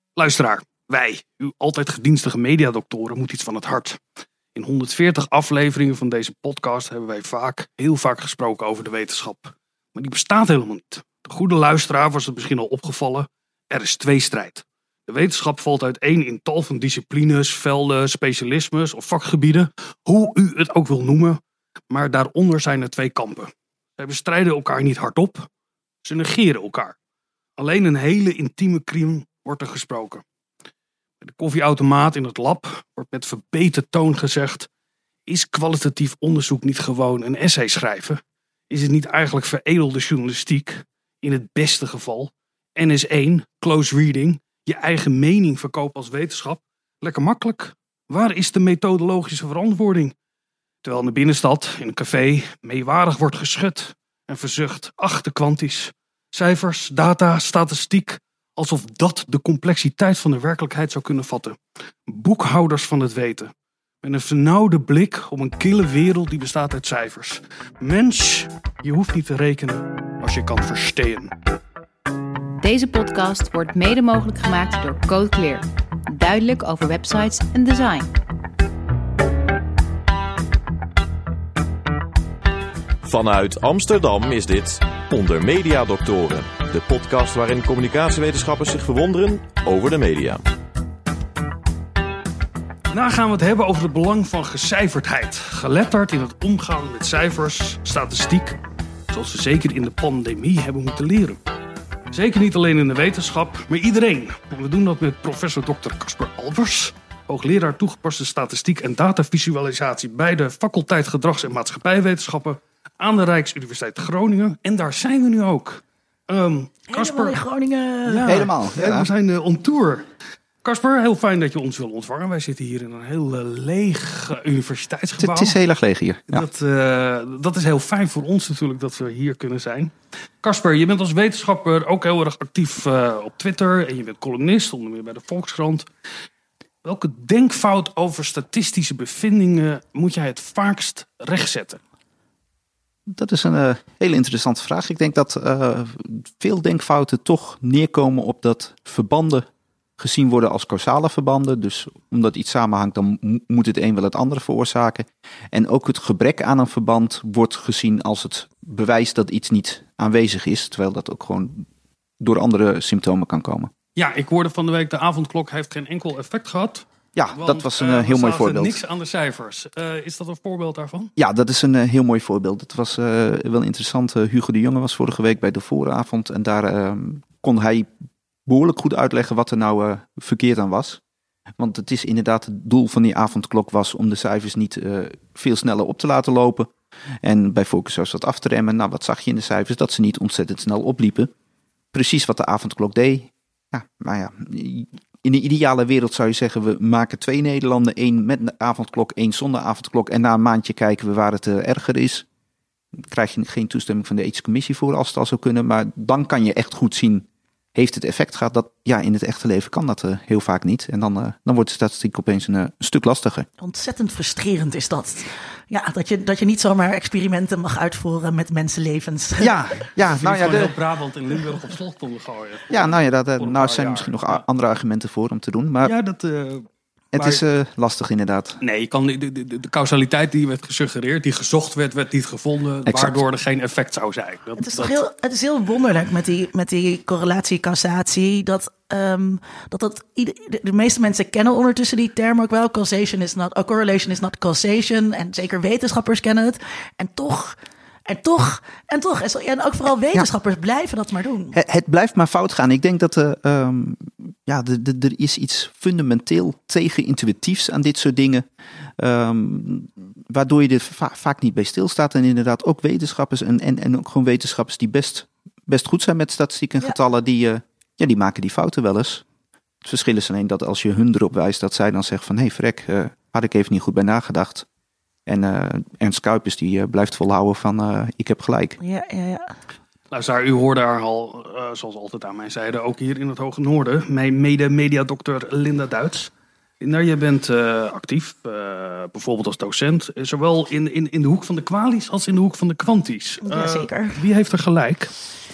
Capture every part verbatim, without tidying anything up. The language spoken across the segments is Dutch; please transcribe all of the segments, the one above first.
Luisteraar, wij, uw altijd gedienstige mediadoktoren, moeten iets van het hart. In honderdveertig afleveringen van deze podcast hebben wij vaak, heel vaak gesproken over de wetenschap. Maar die bestaat helemaal niet. De goede luisteraar was het misschien al opgevallen. Er is tweestrijd. De wetenschap valt uiteen in tal van disciplines, velden, specialismes of vakgebieden. Hoe u het ook wil noemen. Maar daaronder zijn er twee kampen. Zij bestrijden elkaar niet hardop. Ze negeren elkaar. Alleen een hele intieme kring wordt er gesproken. Bij de koffieautomaat in het lab wordt met verbeten toon gezegd: is kwalitatief onderzoek niet gewoon een essay schrijven? Is het niet eigenlijk veredelde journalistiek? In het beste geval. N S één, close reading, je eigen mening verkopen als wetenschap. Lekker makkelijk. Waar is de methodologische verantwoording? Terwijl in de binnenstad, in een café, meewarig wordt geschud en verzucht. Ach, de kwantisch. Cijfers, data, statistiek. Alsof dat de complexiteit van de werkelijkheid zou kunnen vatten. Boekhouders van het weten. Met een vernauwde blik op een kille wereld die bestaat uit cijfers. Mens, je hoeft niet te rekenen als je kan verstehen. Deze podcast wordt mede mogelijk gemaakt door Code Clear. Duidelijk over websites en design. Vanuit Amsterdam is dit Onder Mediadoktoren. De podcast waarin communicatiewetenschappers zich verwonderen over de media. Daarna gaan we het hebben over het belang van gecijferdheid. Geletterd in het omgaan met cijfers, statistiek. Zoals we zeker in de pandemie hebben moeten leren. Zeker niet alleen in de wetenschap, maar iedereen. En we doen dat met professor dokter Casper Albers, hoogleraar toegepaste statistiek en datavisualisatie bij de faculteit Gedrags- en Maatschappijwetenschappen aan de Rijksuniversiteit Groningen. En daar zijn we nu ook. Um, Casper, in Groningen. Ja, Helemaal. Ja. We zijn uh, on tour. Casper, heel fijn dat je ons wil ontvangen. Wij zitten hier in een heel uh, leeg uh, universiteitsgebouw. Het is heel erg leeg hier. Ja. Dat, uh, dat is heel fijn voor ons natuurlijk dat we hier kunnen zijn. Casper, je bent als wetenschapper ook heel erg actief uh, op Twitter. En je bent columnist, onder meer bij de Volkskrant. Welke denkfout over statistische bevindingen moet jij het vaakst rechtzetten? Dat is een uh, hele interessante vraag. Ik denk dat uh, veel denkfouten toch neerkomen op dat verbanden gezien worden als causale verbanden. Dus omdat iets samenhangt, dan moet het een wel het andere veroorzaken. En ook het gebrek aan een verband wordt gezien als het bewijs dat iets niet aanwezig is. Terwijl dat ook gewoon door andere symptomen kan komen. Ja, ik hoorde van de week, de avondklok heeft geen enkel effect gehad. Ja, Want, dat was een uh, heel mooi voorbeeld. Niks aan de cijfers. Uh, is dat een voorbeeld daarvan? Ja, dat is een uh, heel mooi voorbeeld. Het was uh, wel interessant. Uh, Hugo de Jonge was vorige week bij de vooravond. En daar uh, kon hij behoorlijk goed uitleggen wat er nou uh, verkeerd aan was. Want het is inderdaad het doel van die avondklok was om de cijfers niet uh, veel sneller op te laten lopen. En bij Focus was dat af te remmen. Nou, wat zag je in de cijfers? Dat ze niet ontzettend snel opliepen. Precies wat de avondklok deed. Ja, maar ja, in de ideale wereld zou je zeggen, we maken twee Nederlanden. één met de avondklok, één zonder avondklok. En na een maandje kijken we waar het uh, erger is. Dan krijg je geen toestemming van de ethische commissie voor als het al zou kunnen. Maar dan kan je echt goed zien, heeft het effect gehad? Dat, ja, in het echte leven kan dat uh, heel vaak niet. En dan, uh, dan wordt de statistiek opeens een, uh, een stuk lastiger. Ontzettend frustrerend is dat. Ja, dat je, dat je niet zomaar experimenten mag uitvoeren met mensenlevens. Ja, ja nou ja. De... heel Brabant en Limburg op slot konden gooien. Ja, nou ja, dat, uh, nou zijn jaar. misschien nog ja. andere argumenten voor om te doen. Maar ja, dat... Uh... Het maar, is uh, lastig inderdaad. Nee, je kan de, de, de, de causaliteit die werd gesuggereerd, die gezocht werd, werd niet gevonden. Exact. Waardoor er geen effect zou zijn. Dat, het, is dat... toch heel, het is heel wonderlijk met die, met die correlatie-causatie. Dat, um, dat, dat de, de meeste mensen kennen ondertussen die term ook wel. Causation is not, uh, correlation is not causation. En zeker wetenschappers kennen het. En toch... En toch, en toch, en ook vooral wetenschappers ja. blijven dat maar doen. Het, het blijft maar fout gaan. Ik denk dat er, um, ja, de, de, er is iets fundamenteel tegenintuïtiefs aan dit soort dingen. Um, waardoor je er va- vaak niet bij stilstaat. En inderdaad ook wetenschappers en, en, en ook gewoon wetenschappers die best, best goed zijn met statistiek en ja. getallen. Die, uh, ja, die maken die fouten wel eens. Het verschil is alleen dat als je hun erop wijst, dat zij dan zeggen van hé hey, vrek, uh, had ik even niet goed bij nagedacht. En uh, Ernst Kuipers die uh, blijft volhouden van uh, ik heb gelijk. Ja, ja, ja. Luister, u hoorde haar al, uh, zoals altijd aan mij zeiden, ook hier in het Hoge Noorden. Mijn mede-mediadokter Linda Duits. Linda, jij bent uh, actief, uh, bijvoorbeeld als docent. Zowel in, in, in de hoek van de kwalies als in de hoek van de kwanties. Uh, Jazeker. Wie heeft er gelijk?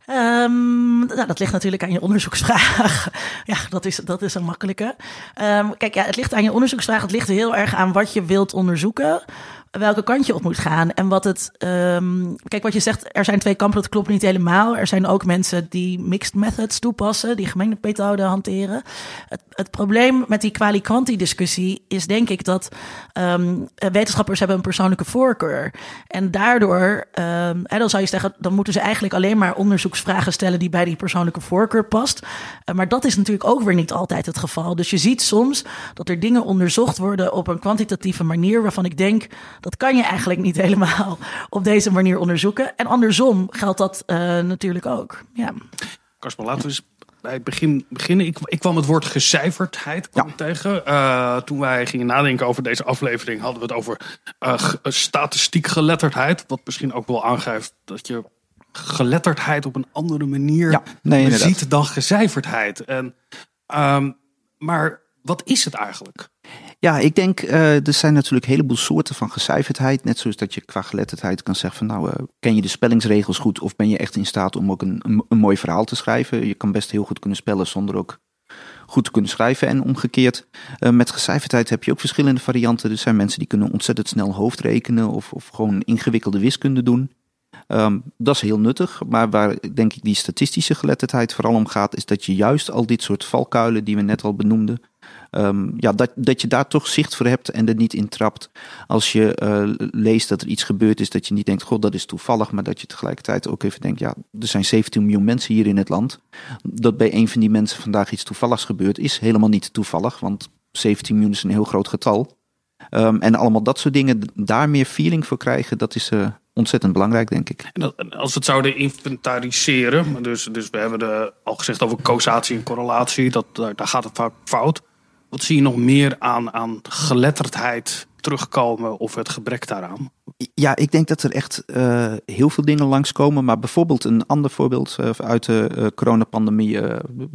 Um, nou, dat ligt natuurlijk aan je onderzoeksvraag. Ja, dat is, dat is een makkelijke. Um, kijk, ja, het ligt aan je onderzoeksvraag. Het ligt heel erg aan wat je wilt onderzoeken. Welke kant je op moet gaan. En wat het... Um, kijk, wat je zegt, er zijn twee kampen, dat klopt niet helemaal. Er zijn ook mensen die mixed methods toepassen, die gemengde methoden hanteren. Het, het probleem met die kwali-kwanti-discussie is denk ik dat um, wetenschappers hebben een persoonlijke voorkeur. En daardoor, um, hè, dan zou je zeggen, dan moeten ze eigenlijk alleen maar onderzoeksvragen stellen die bij die persoonlijke voorkeur past. Uh, maar dat is natuurlijk ook weer niet altijd het geval. Dus je ziet soms dat er dingen onderzocht worden op een kwantitatieve manier waarvan ik denk, dat kan je eigenlijk niet helemaal op deze manier onderzoeken. En andersom geldt dat uh, natuurlijk ook. Ja. Caspar, laten we eens bij het begin beginnen. Ik, ik kwam het woord gecijferdheid kwam Ja. tegen. Uh, toen wij gingen nadenken over deze aflevering, hadden we het over uh, g- statistiek geletterdheid. Wat misschien ook wel aangeeft dat je geletterdheid op een andere manier Ja, nee, inderdaad. ziet dan gecijferdheid. En, um, maar wat is het eigenlijk? Ja, ik denk, uh, er zijn natuurlijk een heleboel soorten van gecijferdheid. Net zoals dat je qua geletterdheid kan zeggen van nou, uh, ken je de spellingsregels goed of ben je echt in staat om ook een, een, een mooi verhaal te schrijven. Je kan best heel goed kunnen spellen zonder ook goed te kunnen schrijven en omgekeerd. Uh, met gecijferdheid heb je ook verschillende varianten. Er zijn mensen die kunnen ontzettend snel hoofdrekenen of, of gewoon ingewikkelde wiskunde doen. Um, dat is heel nuttig, maar waar denk ik die statistische geletterdheid vooral om gaat, is dat je juist al dit soort valkuilen die we net al benoemden, Um, ja, dat, dat je daar toch zicht voor hebt en er niet in trapt. Als je uh, leest dat er iets gebeurd is, dat je niet denkt, god, dat is toevallig. Maar dat je tegelijkertijd ook even denkt, ja, er zijn zeventien miljoen mensen hier in het land. Dat bij een van die mensen vandaag iets toevalligs gebeurt, is helemaal niet toevallig. Want zeventien miljoen is een heel groot getal. Um, en allemaal dat soort dingen, daar meer feeling voor krijgen, dat is uh, ontzettend belangrijk, denk ik. En dat, als we het zouden inventariseren, dus, dus we hebben de, al gezegd over causatie en correlatie, dat, daar, daar gaat het vaak fout. Wat zie je nog meer aan, aan geletterdheid terugkomen of het gebrek daaraan? Ja, ik denk dat er echt uh, heel veel dingen langskomen. Maar bijvoorbeeld een ander voorbeeld uh, uit de uh, coronapandemie uh,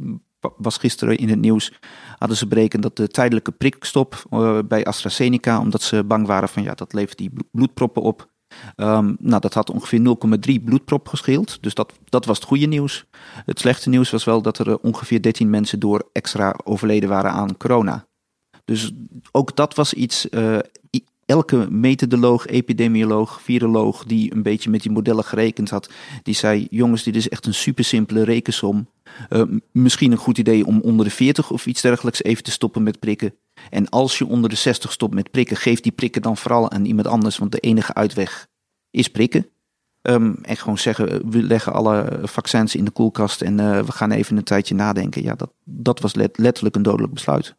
was gisteren in het nieuws. Hadden ze berekend dat de tijdelijke prikstop uh, bij AstraZeneca, omdat ze bang waren van ja, dat levert die bloedproppen op. Um, nou, dat had ongeveer nul komma drie bloedprop gescheeld. Dus dat, dat was het goede nieuws. Het slechte nieuws was wel dat er uh, ongeveer dertien mensen door extra overleden waren aan corona. Dus ook dat was iets. Uh, elke methodoloog, epidemioloog, viroloog die een beetje met die modellen gerekend had, die zei, jongens, dit is echt een super simpele rekensom. Uh, misschien een goed idee om onder de veertig of iets dergelijks even te stoppen met prikken. En als je onder de zestig stopt met prikken, geef die prikken dan vooral aan iemand anders, want de enige uitweg is prikken. Um, en gewoon zeggen, we leggen alle vaccins in de koelkast en uh, we gaan even een tijdje nadenken. Ja, dat, dat was let, letterlijk een dodelijk besluit.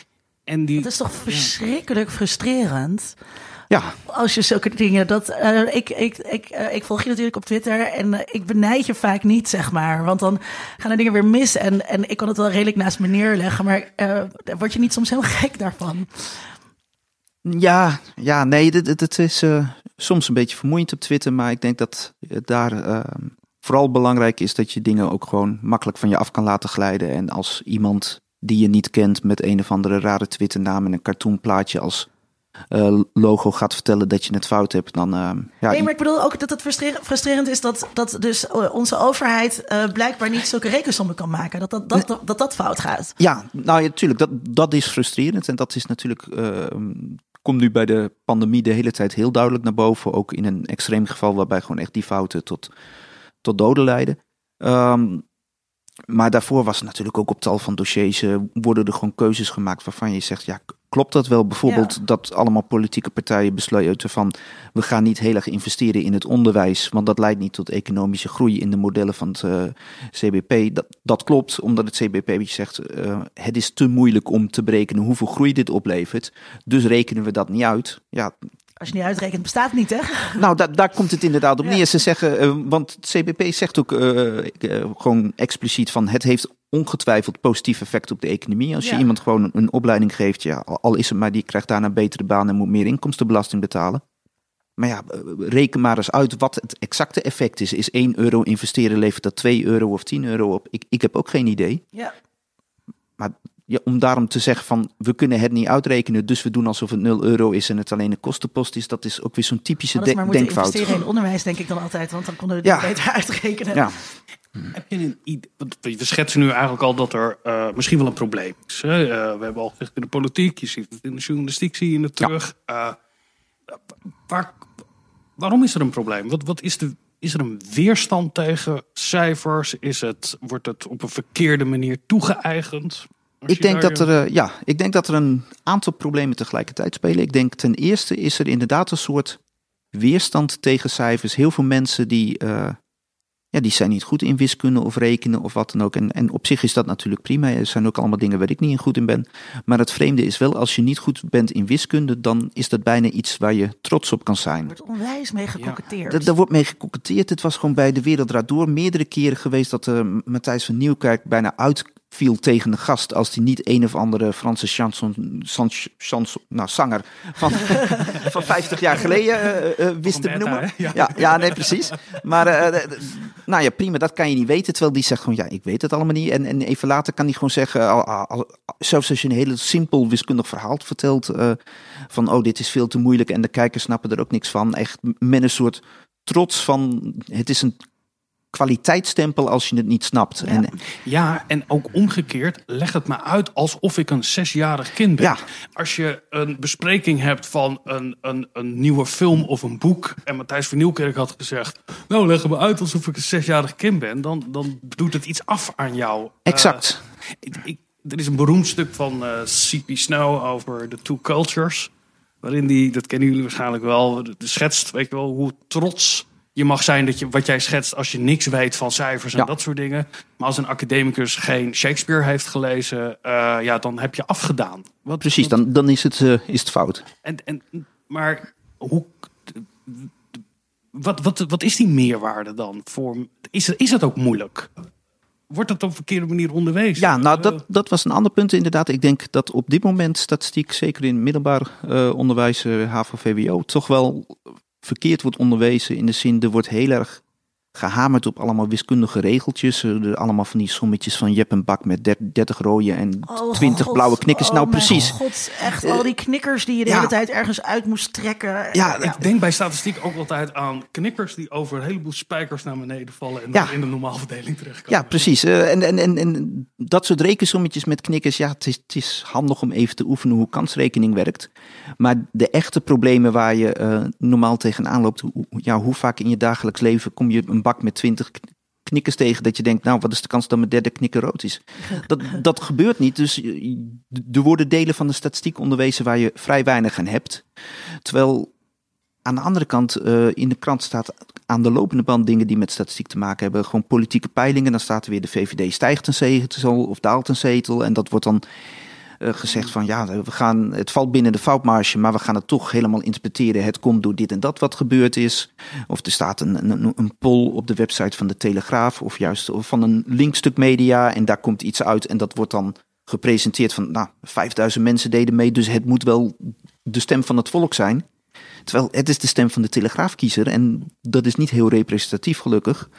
En die, Het is toch verschrikkelijk frustrerend. Ja. Als je zulke dingen, dat, uh, ik, ik, ik, uh, ik volg je natuurlijk op Twitter en uh, ik benijd je vaak niet, zeg maar. Want dan gaan er dingen weer mis en, en ik kan het wel redelijk naast me neerleggen, maar uh, word je niet soms heel gek daarvan? Ja, ja nee, het, het is uh, soms een beetje vermoeiend op Twitter, maar ik denk dat het daar uh, vooral belangrijk is dat je dingen ook gewoon makkelijk van je af kan laten glijden. En als iemand die je niet kent met een of andere rare Twitternaam en een cartoonplaatje als uh, logo gaat vertellen dat je het fout hebt, dan uh, ja. Nee, maar ik bedoel ook dat het frustrerend, frustrerend is dat, dat dus onze overheid uh, blijkbaar niet zulke rekensommen kan maken. Dat dat, dat, dat, dat, dat fout gaat. Ja, nou ja, natuurlijk, dat, dat is frustrerend en dat is natuurlijk, uh, komt nu bij de pandemie de hele tijd heel duidelijk naar boven. Ook in een extreem geval waarbij gewoon echt die fouten tot, tot doden leiden. Um, Maar daarvoor was het natuurlijk ook op tal van dossiers uh, worden er gewoon keuzes gemaakt waarvan je zegt, ja, klopt dat wel? Bijvoorbeeld ja. dat allemaal politieke partijen besluiten van, we gaan niet heel erg investeren in het onderwijs, want dat leidt niet tot economische groei in de modellen van het uh, C B P. Dat, dat klopt, omdat het C B P zegt, uh, het is te moeilijk om te berekenen hoeveel groei dit oplevert. Dus rekenen we dat niet uit. Ja. Als je niet uitrekent, bestaat het niet, hè? Nou, da- daar komt het inderdaad op neer. Ja. Ze zeggen, uh, want het C B P zegt ook uh, uh, gewoon expliciet van, het heeft ongetwijfeld positief effect op de economie. Als je ja. iemand gewoon een opleiding geeft, ja, al is het maar, die krijgt daarna een betere baan en moet meer inkomstenbelasting betalen. Maar ja, reken maar eens uit wat het exacte effect is. Is één euro investeren, levert dat twee euro of tien euro op? Ik, ik heb ook geen idee. Ja. Maar ja, om daarom te zeggen van we kunnen het niet uitrekenen, dus we doen alsof het nul euro is en het alleen een kostenpost is, dat is ook weer zo'n typische de- maar moeten denkfout. investeren in onderwijs, denk ik dan altijd, want dan konden we het Ja. beter uitrekenen. Ja. Heb je een idee? Want we schetsen nu eigenlijk al dat er uh, misschien wel een probleem is. Hè? Uh, we hebben al gezegd in de politiek, je ziet het in de journalistiek, zie je het terug. Ja. Uh, waar, waarom is er een probleem? Wat, wat is, de, is er een weerstand tegen cijfers? Is het, wordt het op een verkeerde manier toegeëigend? Ik denk, dat er, uh, ja, ik denk dat er een aantal problemen tegelijkertijd spelen. Ik denk ten eerste is er inderdaad een soort weerstand tegen cijfers. Heel veel mensen die, uh, ja, die zijn niet goed in wiskunde of rekenen of wat dan ook. En, en op zich is dat natuurlijk prima. Er zijn ook allemaal dingen waar ik niet in goed in ben. Maar het vreemde is wel, als je niet goed bent in wiskunde, dan is dat bijna iets waar je trots op kan zijn. Er wordt onwijs mee gekoketteerd. Ja. Daar wordt mee gekoketteerd. Het was gewoon bij De Wereld Draait Door meerdere keren geweest dat uh, Matthijs van Nieuwkerk bijna uit viel tegen de gast als hij niet een of andere Franse chanson, chanson, chanson nou, zanger van, van vijftig jaar geleden uh, uh, wist te benoemen. Ja. Ja, ja, nee, precies. Maar uh, nou ja, prima, dat kan je niet weten. Terwijl die zegt gewoon, ja, ik weet het allemaal niet. En, en even later kan hij gewoon zeggen, al, al, al, zelfs als je een hele simpel wiskundig verhaal vertelt, uh, van oh, dit is veel te moeilijk en de kijkers snappen er ook niks van. Echt met een soort trots van, het is een kwaliteitsstempel als je het niet snapt. Ja. En, ja, en ook omgekeerd, leg het maar uit alsof ik een zesjarig kind ben. Ja. Als je een bespreking hebt van een, een, een nieuwe film of een boek en Matthijs van Nieuwkerk had gezegd, nou leg het me uit alsof ik een zesjarig kind ben, dan, dan doet het iets af aan jou. Exact. Uh, ik, ik, er is een beroemd stuk van uh, C P Snow over The Two Cultures, waarin die, dat kennen jullie waarschijnlijk wel, de, de schetst, weet je wel, hoe trots je mag zijn dat je wat jij schetst als je niks weet van cijfers en ja. dat soort dingen. Maar als een academicus geen Shakespeare heeft gelezen, uh, ja, dan heb je afgedaan. Wat, Precies, wat, dan, dan is, het, uh, is het fout. En, en, maar hoe, wat, wat, wat is die meerwaarde dan? Voor, is, is het ook moeilijk? Wordt dat op een verkeerde manier onderwezen? Ja, nou dat, dat was een ander punt inderdaad. Ik denk dat op dit moment statistiek, zeker in middelbaar uh, onderwijs, uh, H A V O, V W O, toch wel verkeerd wordt onderwezen in de zin, er wordt heel erg gehamerd op allemaal wiskundige regeltjes. Er allemaal van die sommetjes van Jep en Bak met dertig rode en oh, twintig God. blauwe knikkers. Oh, nou, precies. God, echt al die knikkers die je de ja. hele tijd ergens uit moest trekken. Ja, ja, ik denk bij statistiek ook altijd aan knikkers die over een heleboel spijkers naar beneden vallen en ja. dan in de normaalverdeling terechtkomen. Ja, precies. Uh, en, en, en, en dat soort rekensommetjes met knikkers, ja, het is, het is handig om even te oefenen hoe kansrekening werkt. Maar de echte problemen waar je uh, normaal tegenaan loopt, hoe, ja, hoe vaak in je dagelijks leven kom je een bak met twintig knikkers tegen dat je denkt, nou, wat is de kans dat mijn derde knikker rood is? Dat, dat gebeurt niet. Dus er worden delen van de statistiek onderwezen waar je vrij weinig aan hebt. Terwijl aan de andere kant uh, in de krant staat aan de lopende band dingen die met statistiek te maken hebben. Gewoon politieke peilingen. Dan staat er weer de V V D stijgt een zetel of daalt een zetel. En dat wordt dan uh, gezegd van ja, we gaan, het valt binnen de foutmarge, maar we gaan het toch helemaal interpreteren. Het komt door dit en dat wat gebeurd is. Of er staat een, een, een poll op de website van de Telegraaf of juist van een linkstuk media en daar komt iets uit en dat wordt dan gepresenteerd van nou, vijfduizend mensen deden mee, dus het moet wel de stem van het volk zijn. Terwijl het is de stem van de Telegraafkiezer en dat is niet heel representatief gelukkig.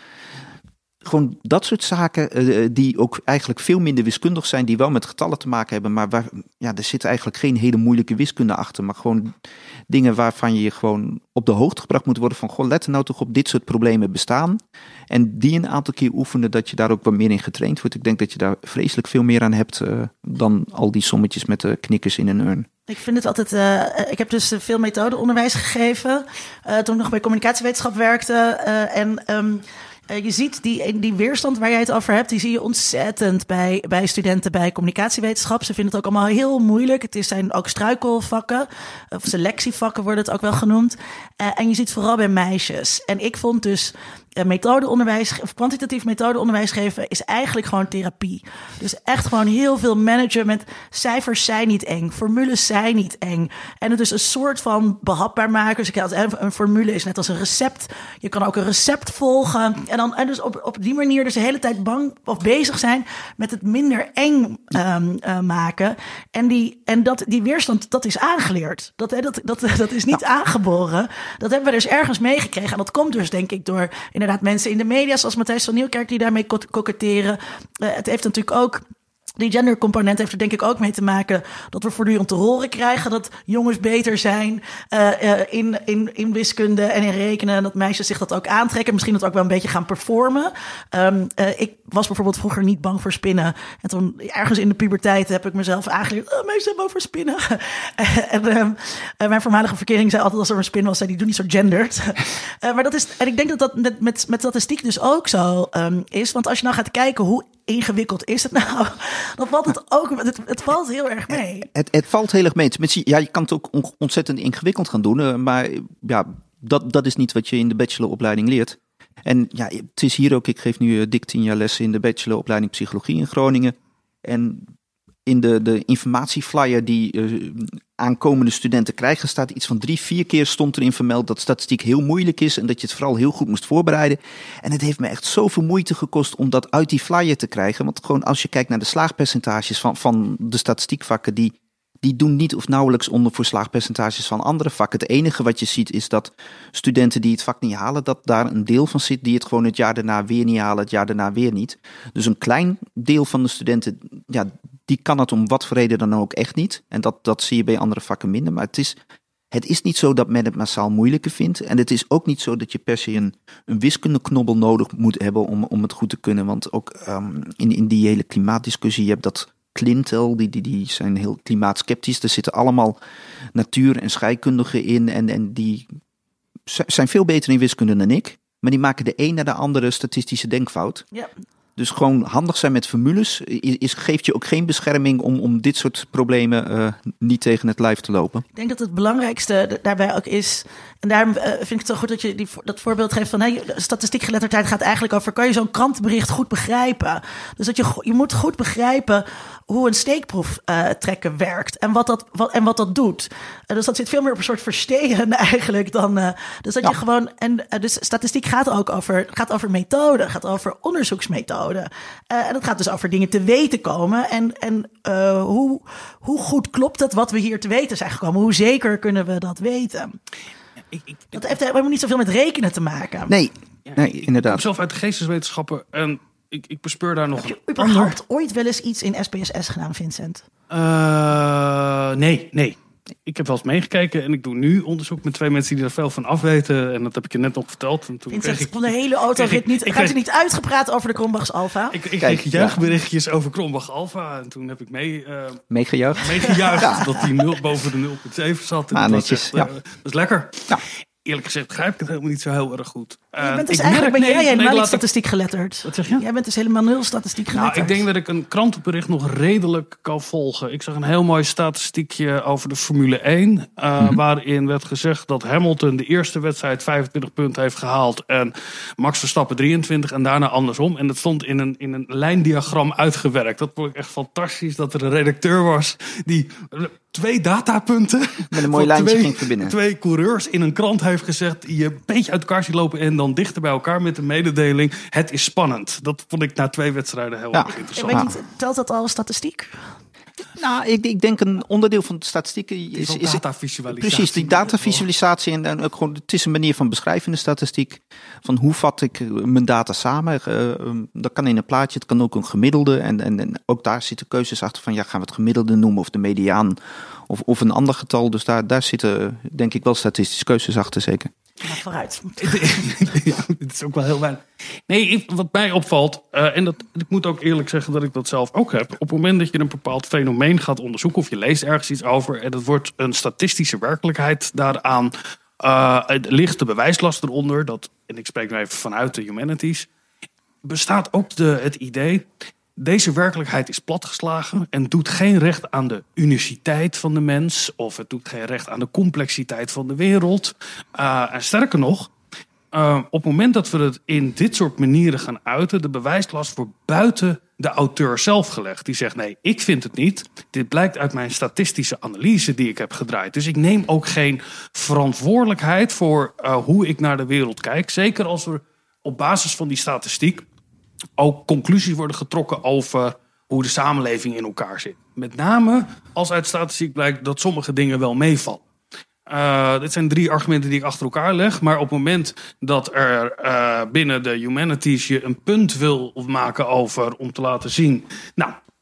Gewoon dat soort zaken uh, die ook eigenlijk veel minder wiskundig zijn, die wel met getallen te maken hebben, maar waar, ja, er zit eigenlijk geen hele moeilijke wiskunde achter, maar gewoon dingen waarvan je gewoon op de hoogte gebracht moet worden van, goh, let er nou toch op, dit soort problemen bestaan. En die een aantal keer oefenen, dat je daar ook wat meer in getraind wordt. Ik denk dat je daar vreselijk veel meer aan hebt uh, dan al die sommetjes met de knikkers in een urn. Ik vind het altijd. Uh, ik heb dus veel methodeonderwijs gegeven uh, toen ik nog bij communicatiewetenschap werkte. Uh, en um, uh, je ziet die, die weerstand waar jij het over hebt, die zie je ontzettend bij, bij studenten bij communicatiewetenschap. Ze vinden het ook allemaal heel moeilijk. Het zijn ook struikelvakken, of selectievakken worden het ook wel genoemd. Uh, en je ziet vooral bij meisjes. En ik vond dus Uh, methodeonderwijs of kwantitatief methodeonderwijs geven is eigenlijk gewoon therapie. Dus echt gewoon heel veel managen met cijfers zijn niet eng, formules zijn niet eng. En het is een soort van behapbaar maken. Dus ik had een formule is net als een recept. Je kan ook een recept volgen en dan en dus op, op die manier dus de hele tijd bang of bezig zijn met het minder eng um, uh, maken. En die en dat die weerstand dat is aangeleerd. Dat dat dat dat is niet ja. aangeboren. Dat hebben we dus ergens meegekregen en dat komt dus denk ik door inderdaad mensen in de media, zoals Matthijs van Nieuwkerk, die daarmee koketteren. Uh, het heeft natuurlijk ook Die gendercomponent heeft er denk ik ook mee te maken dat we voortdurend te horen krijgen dat jongens beter zijn uh, uh, in, in, in wiskunde en in rekenen. En dat meisjes zich dat ook aantrekken. Misschien dat ook wel een beetje gaan performen. Um, uh, ik was bijvoorbeeld vroeger niet bang voor spinnen. En toen ergens in de puberteit heb ik mezelf aangeleerd. Oh, meisjes zijn bang voor spinnen. en um, uh, mijn voormalige verkering zei altijd als er een spin was, zei die doe niet zo gendered. uh, maar dat is, en ik denk dat dat met, met, met statistiek dus ook zo um, is. Want als je nou gaat kijken hoe ingewikkeld is het nou, dan valt het ook, het, het valt heel erg mee. Het, het valt heel erg mee. Ja, je kan het ook ontzettend ingewikkeld gaan doen, uh, maar ja, dat, dat is niet wat je in de bacheloropleiding leert. En ja, het is hier ook, ik geef nu uh, dik tien jaar lessen in de bacheloropleiding psychologie in Groningen. En in de, de informatieflyer die uh, aankomende studenten krijgen, staat iets van drie, vier keer stond erin vermeld dat statistiek heel moeilijk is en dat je het vooral heel goed moest voorbereiden. En het heeft me echt zoveel moeite gekost om dat uit die flyer te krijgen. Want gewoon als je kijkt naar de slaagpercentages van, van de statistiekvakken, die, die doen niet of nauwelijks onder voor slaagpercentages van andere vakken. Het enige wat je ziet is dat studenten die het vak niet halen, dat daar een deel van zit die het gewoon het jaar daarna weer niet halen, het jaar daarna weer niet. Dus een klein deel van de studenten, ja, die kan het om wat voor reden dan ook echt niet. En dat, dat zie je bij andere vakken minder. Maar het is, het is niet zo dat men het massaal moeilijker vindt. En het is ook niet zo dat je per se een, een wiskundeknobbel nodig moet hebben om, om het goed te kunnen. Want ook um, in, in die hele klimaatdiscussie, je hebt dat Clintel, die, die, die zijn heel klimaatskeptisch. Er zitten allemaal natuur- en scheikundigen in. En, en die zijn veel beter in wiskunde dan ik. Maar die maken de een na de andere statistische denkfout. Ja. Dus gewoon handig zijn met formules is, is, geeft je ook geen bescherming om, om dit soort problemen uh, niet tegen het lijf te lopen. Ik denk dat het belangrijkste daarbij ook is, en daarom uh, vind ik het zo goed dat je die, dat voorbeeld geeft van hey, statistiekgeletterdheid gaat eigenlijk over, kan je zo'n krantenbericht goed begrijpen? Dus dat je, je moet goed begrijpen hoe een steekproef uh, trekken werkt en wat dat, wat, en wat dat doet. Uh, dus dat zit veel meer op een soort verstehen eigenlijk dan. Uh, dus dat ja. je gewoon. En uh, dus statistiek gaat ook over, gaat over methode, gaat over onderzoeksmethoden. Uh, en dat gaat dus over dingen te weten komen. En, en uh, hoe, hoe goed klopt het wat we hier te weten zijn gekomen? Hoe zeker kunnen we dat weten? Ik, ik, dat heeft helemaal niet zoveel met rekenen te maken. Nee, ja, nee inderdaad. Ik kom zelf uit de geesteswetenschappen en ik, ik bespeur daar nog. Heb je überhaupt ooit wel eens iets in S P S S gedaan, Vincent? Uh, nee, nee. Ik heb wel eens meegekeken en ik doe nu onderzoek met twee mensen die er veel van afweten. En dat heb ik je net nog verteld. En toen Vincent, kreeg ik van de hele autorit niet. Ik kreeg, niet uitgepraat over de Kronbachs Alpha. Ik, ik kreeg juichberichtjes ja. over Kronbach Alpha. En toen heb ik mee, uh, meegejuicht, meegejuicht ja. dat die nul boven de nul komma zeven zat. En ah, dat, netjes, was echt, ja. uh, dat is lekker. Ja. Eerlijk gezegd begrijp ik het helemaal niet zo heel erg goed. Uh, je bent dus eigenlijk merk, ben jij nee, helemaal nee, niet statistiek ik... geletterd. Wat zeg je? Jij bent dus helemaal nul statistiek geletterd. Nou, ik denk dat ik een krantenbericht nog redelijk kan volgen. Ik zag een heel mooi statistiekje over de Formule één. Uh, mm-hmm. Waarin werd gezegd dat Hamilton de eerste wedstrijd vijfentwintig punten heeft gehaald. En Max Verstappen drieëntwintig en daarna andersom. En dat stond in een, in een lijndiagram uitgewerkt. Dat vond ik echt fantastisch dat er een redacteur was die twee datapunten met een mooi lijntje ging verbinden. Twee coureurs in een krant heeft gezegd, je een beetje uit elkaar ziet lopen en dan dichter bij elkaar met de mededeling, het is spannend. Dat vond ik na twee wedstrijden heel ja. erg interessant. Ik weet niet, telt dat al statistiek? Nou, ik, ik denk een onderdeel van de statistiek is, is, is datavisualisatie. Precies, die datavisualisatie en, en ook gewoon, het is een manier van beschrijvende statistiek. Van hoe vat ik mijn data samen? Uh, dat kan in een plaatje, het kan ook een gemiddelde. En, en, en ook daar zitten keuzes achter van, ja, gaan we het gemiddelde noemen of de mediaan of, of een ander getal. Dus daar, daar zitten denk ik wel statistische keuzes achter, zeker. Maar vooruit. Ja, dit is ook wel heel weinig. Nee, wat mij opvalt, uh, en dat, ik moet ook eerlijk zeggen dat ik dat zelf ook heb. Op het moment dat je een bepaald fenomeen gaat onderzoeken of je leest ergens iets over en het wordt een statistische werkelijkheid daaraan, uh, ligt de bewijslast eronder. Dat, en ik spreek nu even vanuit de humanities, bestaat ook de, het idee, deze werkelijkheid is platgeslagen en doet geen recht aan de uniciteit van de mens of het doet geen recht aan de complexiteit van de wereld. Uh, en sterker nog, uh, op het moment dat we het in dit soort manieren gaan uiten, de bewijslast wordt buiten de auteur zelf gelegd. Die zegt, nee, ik vind het niet. Dit blijkt uit mijn statistische analyse die ik heb gedraaid. Dus ik neem ook geen verantwoordelijkheid voor uh, hoe ik naar de wereld kijk. Zeker als er op basis van die statistiek ook conclusies worden getrokken over hoe de samenleving in elkaar zit. Met name als uit statistiek blijkt dat sommige dingen wel meevallen. Uh, dit zijn drie argumenten die ik achter elkaar leg. Maar op het moment dat er uh, binnen de humanities je een punt wil maken over om te laten zien, nou,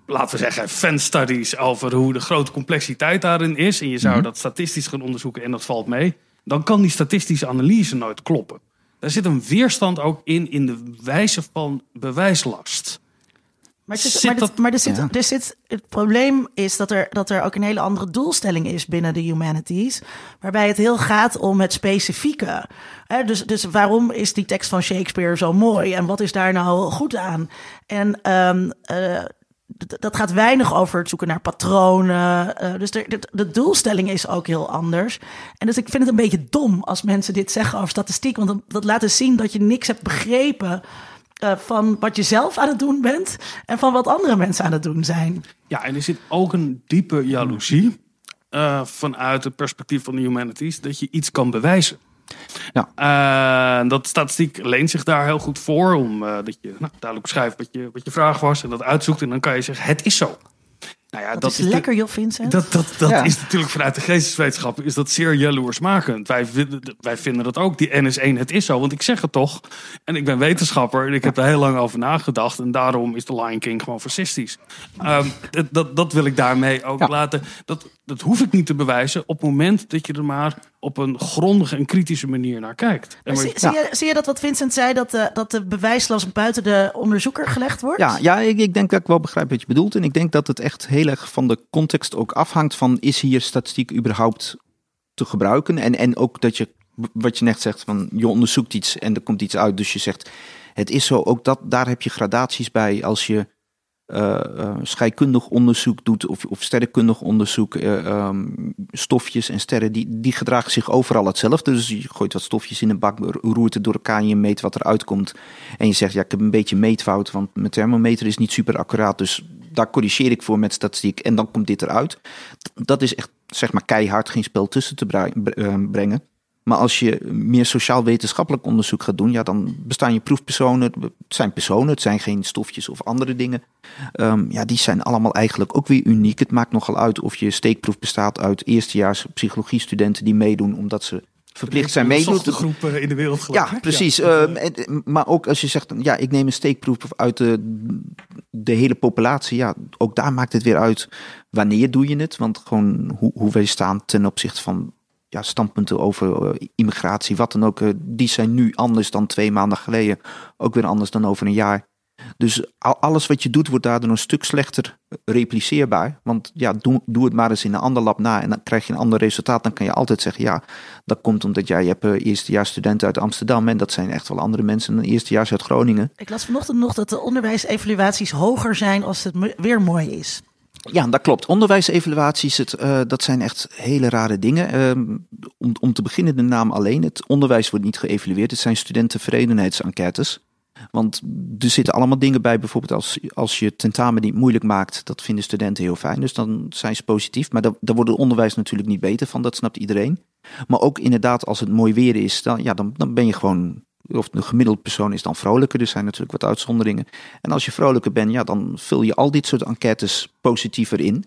laten we zeggen, fanstudies over hoe de grote complexiteit daarin is. En je zou Mm-hmm. dat statistisch gaan onderzoeken en dat valt mee. Dan kan die statistische analyse nooit kloppen. Daar zit een weerstand ook in, in de wijze van bewijslast. Maar, het, is, Zit maar, dit- dat- maar er zit, Ja. er zit, het probleem is dat er, dat er ook een hele andere doelstelling is binnen de humanities. Waarbij het heel gaat om het specifieke. Hè, dus, dus waarom is die tekst van Shakespeare zo mooi? En wat is daar nou goed aan? En ehm, eh, d- dat gaat weinig over het zoeken naar patronen. Eh, dus de, de, de doelstelling is ook heel anders. En dus ik vind het een beetje dom als mensen dit zeggen over statistiek. Want dat, dat laat dus zien dat je niks hebt begrepen Uh, van wat je zelf aan het doen bent en van wat andere mensen aan het doen zijn. Ja, en er zit ook een diepe jaloezie uh, vanuit het perspectief van de humanities dat je iets kan bewijzen. Ja. Uh, dat statistiek leent zich daar heel goed voor, om uh, dat je nou, duidelijk beschrijft wat je, wat je vraag was en dat uitzoekt en dan kan je zeggen, het is zo. Nou ja, Dat, dat is, is de- lekker, joh, Vincent. Dat, dat, dat Ja. is natuurlijk vanuit de geesteswetenschappen is dat zeer jaloersmakend. Wij, vinden- wij vinden dat ook, die N is één, het is zo. Want ik zeg het toch, en ik ben wetenschapper en ik heb er heel lang over nagedacht. En daarom is de Lion King gewoon fascistisch. Um, dat, dat, dat wil ik daarmee ook Ja. laten. Dat, dat hoef ik niet te bewijzen op het moment dat je er maar op een grondige en kritische manier naar kijkt. En Maar waar zie, je- zie, je, zie je dat wat Vincent zei, dat de, dat de bewijslast buiten de onderzoeker gelegd wordt? Ja, ja ik, ik denk dat ik wel begrijp wat je bedoelt. En ik denk dat het echt heel erg van de context ook afhangt van, is hier statistiek überhaupt te gebruiken? En, en ook dat je, wat je net zegt, van je onderzoekt iets en er komt iets uit. Dus je zegt, het is zo, ook dat, daar heb je gradaties bij als je uh, uh, scheikundig onderzoek doet of, of sterrenkundig onderzoek. Uh, um, stofjes en sterren, die, die gedragen zich overal hetzelfde. Dus je gooit wat stofjes in een bak, roert het door elkaar en je meet wat eruit komt. En je zegt, ja, ik heb een beetje meetfout, want mijn thermometer is niet super accuraat. Dus daar corrigeer ik voor met statistiek en dan komt dit eruit. Dat is echt, zeg maar, keihard, geen spel tussen te brengen. Maar als je meer sociaal-wetenschappelijk onderzoek gaat doen, ja, dan bestaan je proefpersonen. Het zijn personen, het zijn geen stofjes of andere dingen. Um, ja, die zijn allemaal eigenlijk ook weer uniek. Het maakt nogal uit of je steekproef bestaat uit eerstejaars psychologiestudenten die meedoen omdat ze verplicht zijn meedoen. De groepen in de wereld geloof ik. Ja, precies. Ja. Um, en, maar ook als je zegt, ja, ik neem een steekproef uit de, de hele populatie. Ja, ook daar maakt het weer uit wanneer doe je het. Want gewoon hoe, hoe wij staan ten opzichte van ja, standpunten over uh, immigratie, wat dan ook. Uh, die zijn nu anders dan twee maanden geleden. Ook weer anders dan over een jaar. Dus alles wat je doet wordt daardoor een stuk slechter repliceerbaar. Want ja, doe, doe het maar eens in een ander lab na en dan krijg je een ander resultaat. Dan kan je altijd zeggen, ja, dat komt omdat jij je hebt uh, eerstejaars studenten uit Amsterdam en dat zijn echt wel andere mensen dan eerstejaars uit Groningen. Ik las vanochtend nog dat de onderwijsevaluaties hoger zijn als het me- weer mooi is. Ja, dat klopt. Onderwijsevaluaties, het, uh, dat zijn echt hele rare dingen. Um, om, om te beginnen de naam alleen. Het onderwijs wordt niet geëvalueerd. Het zijn studententevredenheidsenquêtes. Want er zitten allemaal dingen bij, bijvoorbeeld als, als je tentamen niet moeilijk maakt, dat vinden studenten heel fijn, dus dan zijn ze positief. Maar daar, daar wordt het onderwijs natuurlijk niet beter van, dat snapt iedereen. Maar ook inderdaad, als het mooi weer is, dan, ja, dan, dan ben je gewoon, of de gemiddelde persoon is dan vrolijker, er zijn natuurlijk wat uitzonderingen. En als je vrolijker bent, ja, dan vul je al dit soort enquêtes positiever in.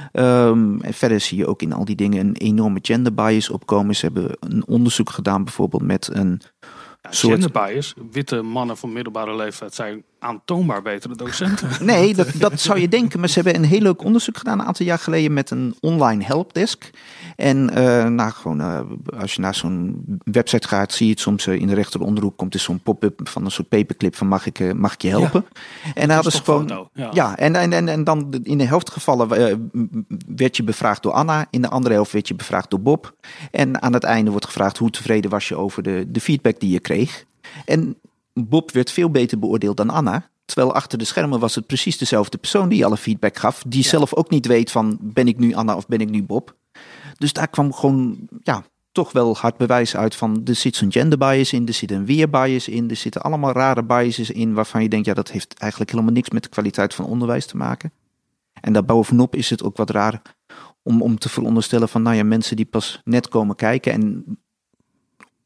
Um, en verder zie je ook in al die dingen een enorme gender bias opkomen. Ze hebben een onderzoek gedaan bijvoorbeeld met een Ja, soort... gender bias. Witte mannen van middelbare leeftijd zijn aantoonbaar betere docenten. Nee, dat, dat zou je denken. Maar ze hebben een heel leuk onderzoek gedaan een aantal jaar geleden met een online helpdesk. En uh, nou, gewoon, uh, als je naar zo'n website gaat, zie je het soms uh, in de rechteronderhoek komt er zo'n pop-up van een soort paperclip van mag ik, uh, mag ik je helpen? Ja, en dan hadden ze gewoon... Foto, ja, ja en, en, en, en dan in de helft gevallen uh, werd je bevraagd door Anna. In de andere helft werd je bevraagd door Bob. En aan het einde wordt gevraagd hoe tevreden was je over de, de feedback die je kreeg. En Bob werd veel beter beoordeeld dan Anna. Terwijl achter de schermen was het precies dezelfde persoon die alle feedback gaf. Die ja. zelf ook niet weet van ben ik nu Anna of ben ik nu Bob. Dus daar kwam gewoon ja, toch wel hard bewijs uit van er zit zo'n gender bias in. Er zit een weerbias in. Er zitten allemaal rare biases in waarvan je denkt ja dat heeft eigenlijk helemaal niks met de kwaliteit van onderwijs te maken. En daarbovenop is het ook wat raar om, om te veronderstellen van nou ja mensen die pas net komen kijken en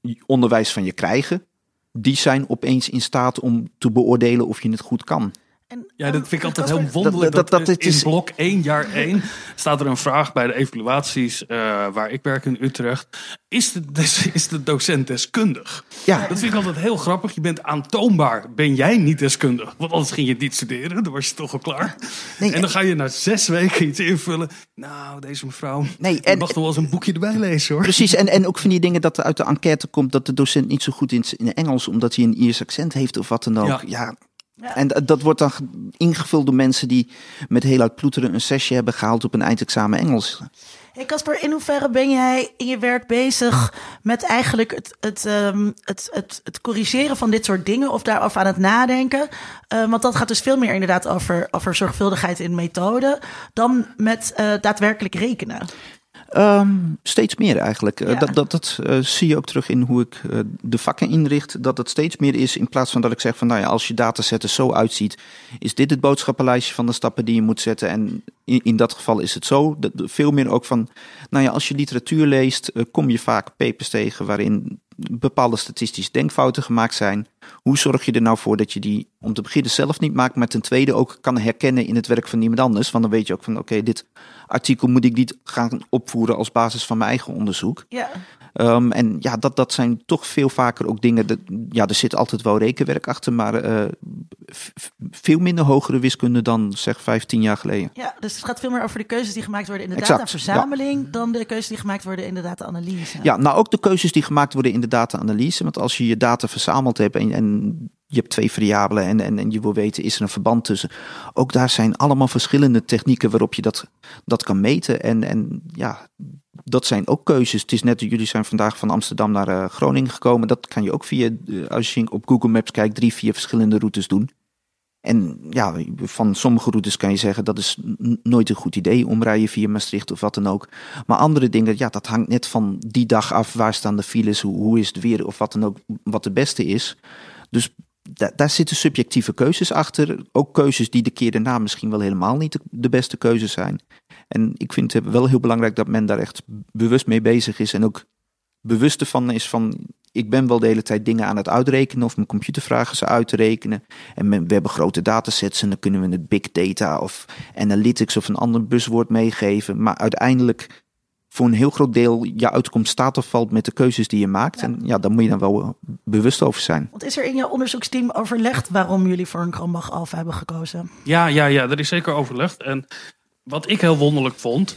onderwijs van je krijgen. Die zijn opeens in staat om te beoordelen of je het goed kan. En, Ja, dat vind ik altijd heel Casper, wonderlijk. Dat- Dat, dat- dat in is- blok één, jaar één, staat er een vraag bij de evaluaties uh, waar ik werk in Utrecht. Is de, des, is de docent deskundig? Ja. Dat vind ik altijd heel grappig. Je bent aantoonbaar. Ben jij niet deskundig? Want anders ging je niet studeren. Dan was je toch al klaar. Nee, en dan ga je na zes weken iets invullen. Nou, deze mevrouw, Nee, ik en- mag toch wel eens een boekje erbij lezen, hoor. Precies, en, en ook van die dingen dat er uit de enquête komt dat de docent niet zo goed in, in Engels, omdat hij een Iers accent heeft of wat dan ook. Ja. Ja. Ja. En d- dat wordt dan ge- ingevuld door mensen die met heel uit ploeteren een zesje hebben gehaald op een eindexamen Engels. Hey Casper, in hoeverre ben jij in je werk bezig met eigenlijk het, het, um, het, het, het corrigeren van dit soort dingen of daarover aan het nadenken? Uh, want dat gaat dus veel meer inderdaad over, over zorgvuldigheid in methode dan met uh, daadwerkelijk rekenen. Um, steeds meer eigenlijk. Ja. Uh, dat dat, dat uh, zie je ook terug in hoe ik uh, de vakken inricht. Dat het steeds meer is in plaats van dat ik zeg van nou ja, als je dataset er zo uitziet, is dit het boodschappenlijstje van de stappen die je moet zetten. En in, in dat geval is het zo. Dat, veel meer ook van, nou ja, als je literatuur leest, uh, kom je vaak papers tegen waarin bepaalde statistische denkfouten gemaakt zijn. Hoe zorg je er nou voor dat je die om te beginnen zelf niet maakt, maar ten tweede ook kan herkennen in het werk van iemand anders. Want dan weet je ook van oké, okay, dit artikel moet ik niet gaan opvoeren als basis van mijn eigen onderzoek. Ja. Um, en ja, dat, dat zijn toch veel vaker ook dingen. Dat, ja, er zit altijd wel rekenwerk achter, maar uh, f- veel minder hogere wiskunde dan zeg vijftien jaar geleden. Ja, dus het gaat veel meer over de keuzes die gemaakt worden in de Exact, dataverzameling dan de keuzes die gemaakt worden in de data-analyse. Ja, nou ook de keuzes die gemaakt worden in de data-analyse. Want als je je data verzameld hebt en, en je hebt twee variabelen en, en, en je wil weten, is er een verband tussen. Ook daar zijn allemaal verschillende technieken waarop je dat, dat kan meten. En, en ja, dat zijn ook keuzes. Het is net, jullie zijn vandaag van Amsterdam naar uh, Groningen gekomen. Dat kan je ook via, uh, als je op Google Maps kijkt, drie, vier verschillende routes doen. En ja, van sommige routes kan je zeggen dat is n- nooit een goed idee, omrijden via Maastricht of wat dan ook. Maar andere dingen, ja, dat hangt net van die dag af. Waar staan de files, hoe, hoe is het weer of wat dan ook, wat de beste is. Dus da- daar zitten subjectieve keuzes achter. Ook keuzes die de keer daarna misschien wel helemaal niet de, de beste keuzes zijn. En ik vind het wel heel belangrijk dat men daar echt bewust mee bezig is. En ook bewust ervan is van, ik ben wel de hele tijd dingen aan het uitrekenen of mijn computer vragen ze uit te rekenen. En men, we hebben grote datasets en dan kunnen we het big data of analytics of een ander buzzwoord meegeven. Maar uiteindelijk voor een heel groot deel je uitkomst staat of valt met de keuzes die je maakt. Ja. En ja, daar moet je dan wel bewust over zijn. Want is er in jouw onderzoeksteam overlegd waarom jullie voor een Cronbach Alpha hebben gekozen? Ja, ja, ja, er is zeker overlegd. En wat ik heel wonderlijk vond,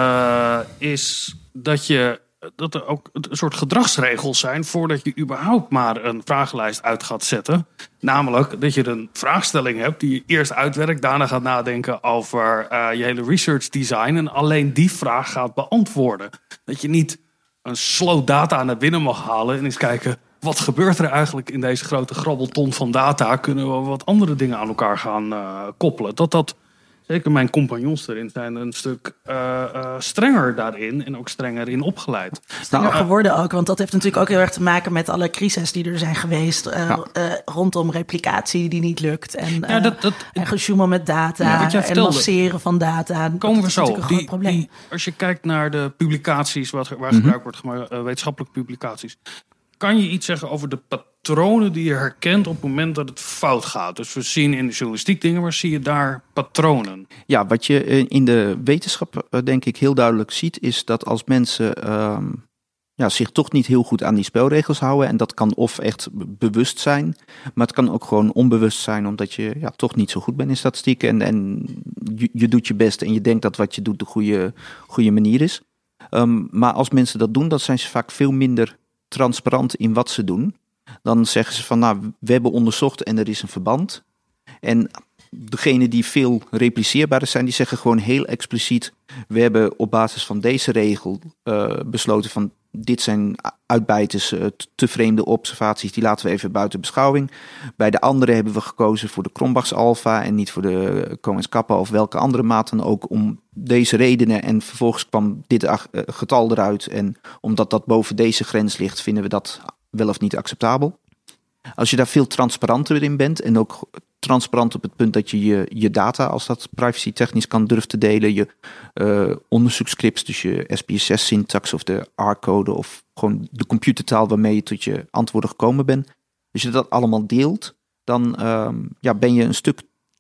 uh, is dat je dat er ook een soort gedragsregels zijn voordat je überhaupt maar een vragenlijst uit gaat zetten. Namelijk dat je een vraagstelling hebt die je eerst uitwerkt, daarna gaat nadenken over uh, je hele research design en alleen die vraag gaat beantwoorden. Dat je niet een slow data naar binnen mag halen en eens kijken, wat gebeurt er eigenlijk in deze grote grabbelton van data? Kunnen we wat andere dingen aan elkaar gaan uh, koppelen? Dat dat, zeker mijn compagnons erin, zijn een stuk uh, uh, strenger daarin en ook strenger in opgeleid. Strenger Nou, geworden ook, want dat heeft natuurlijk ook heel erg te maken met alle crises die er zijn geweest. Uh, Ja. uh, rondom replicatie die niet lukt. En, uh, Ja, dat, dat, en gesjoemel met data Ja, wat jij en vertelde. masseren van data. komen dat we is zo. natuurlijk een groot Die, probleem. die, als je kijkt naar de publicaties wat, waar Mhm. gebruikt wordt gemaakt, uh, wetenschappelijke publicaties. Kan je iets zeggen over de patronen die je herkent op het moment dat het fout gaat? Dus we zien in de journalistiek dingen, maar zie je daar patronen? Ja, wat je eh, in de wetenschap eh, denk ik heel duidelijk ziet, is dat als mensen ehm, ja, zich toch niet heel goed aan die spelregels houden, en dat kan of echt be- bewust zijn, maar het kan ook gewoon onbewust zijn, omdat je ja, toch niet zo goed bent in statistieken en, en je, je doet je best en je denkt dat wat je doet de goede, goede manier is. Um, maar als mensen dat doen, dan zijn ze vaak veel minder transparant in wat ze doen. Dan zeggen ze van, nou, we hebben onderzocht en er is een verband. En degenen die veel repliceerbaarder zijn, die zeggen gewoon heel expliciet, we hebben op basis van deze regel uh, besloten van, dit zijn uitbijters, uh, te vreemde observaties, die laten we even buiten beschouwing. Bij de andere hebben we gekozen voor de Cronbachs Alpha en niet voor de Cohen's Kappa of welke andere maat dan ook, om deze redenen. En vervolgens kwam dit uh, getal eruit en omdat dat boven deze grens ligt, vinden we dat wel of niet acceptabel. Als je daar veel transparanter in bent en ook transparant op het punt dat je je, je data, als dat privacy technisch kan, durft te delen, je uh, onderzoekscripts, dus je S P S S-syntax of de R-code of gewoon de computertaal waarmee je tot je antwoorden gekomen bent. Als je dat allemaal deelt, dan um, ja, ben je een stuk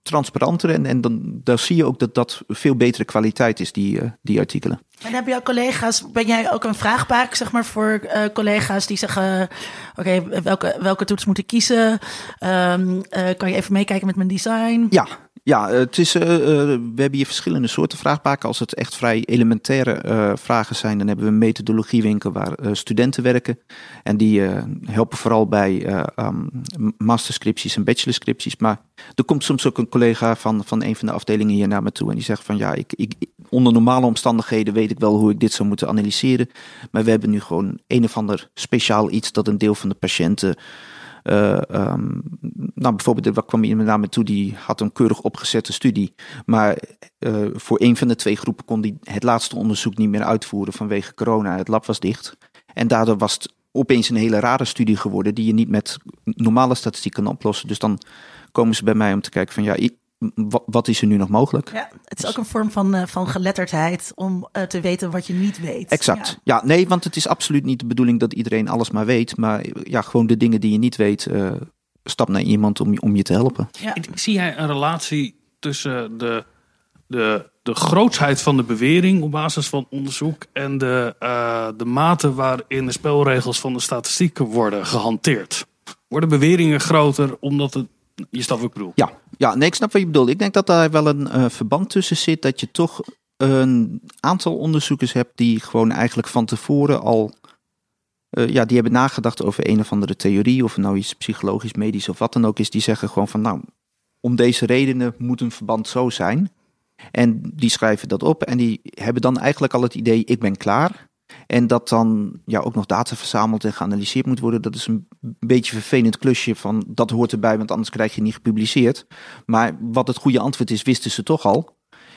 transparanter. En, en dan, dan zie je ook dat dat veel betere kwaliteit is, die, uh, die artikelen. En heb jouw collega's, ben jij ook een vraagbaak, zeg maar, voor uh, collega's die zeggen, oké, okay, welke, welke toets moet ik kiezen? Um, uh, kan je even meekijken met mijn design? Ja. Ja, het is, uh, uh, we hebben hier verschillende soorten vraagbaken. Als het echt vrij elementaire uh, vragen zijn, dan hebben we een methodologiewinkel waar uh, studenten werken. En die uh, helpen vooral bij uh, um, masterscripties en bachelorscripties. Maar er komt soms ook een collega van, van een van de afdelingen hier naar me toe en die zegt van ja, ik, ik, onder normale omstandigheden weet ik wel hoe ik dit zou moeten analyseren. Maar we hebben nu gewoon een of ander speciaal iets dat een deel van de patiënten... Uh, um, nou, bijvoorbeeld, waar kwam iemand naar me toe, die had een keurig opgezette studie. Maar uh, voor een van de twee groepen kon die het laatste onderzoek niet meer uitvoeren vanwege corona. Het lab was dicht. En daardoor was het opeens een hele rare studie geworden die je niet met normale statistiek kan oplossen. Dus dan komen ze bij mij om te kijken van ja, ik, wat is er nu nog mogelijk? Ja, het is ook een vorm van, uh, van geletterdheid om uh, te weten wat je niet weet. Exact. Ja. ja, nee, want het is absoluut niet de bedoeling dat iedereen alles maar weet. Maar ja, gewoon de dingen die je niet weet, uh, stap naar iemand om, om je te helpen. Ja. Zie jij een relatie tussen de, de, de grootsheid van de bewering op basis van onderzoek en de, uh, de mate waarin de spelregels van de statistieken worden gehanteerd? Worden beweringen groter omdat het... Je snapt wat ik bedoel. Ja, ja, nee, ik snap wat je bedoelt. Ik denk dat daar wel een uh, verband tussen zit. Dat je toch een aantal onderzoekers hebt die gewoon eigenlijk van tevoren al... Uh, ja, die hebben nagedacht over een of andere theorie. Of het nou iets psychologisch, medisch of wat dan ook is. Die zeggen gewoon van nou, om deze redenen moet een verband zo zijn. En die schrijven dat op. En die hebben dan eigenlijk al het idee, ik ben klaar. En dat dan ja, ook nog data verzameld en geanalyseerd moet worden. Dat is een beetje een vervelend klusje van dat hoort erbij, want anders krijg je niet gepubliceerd. Maar wat het goede antwoord is, wisten ze toch al.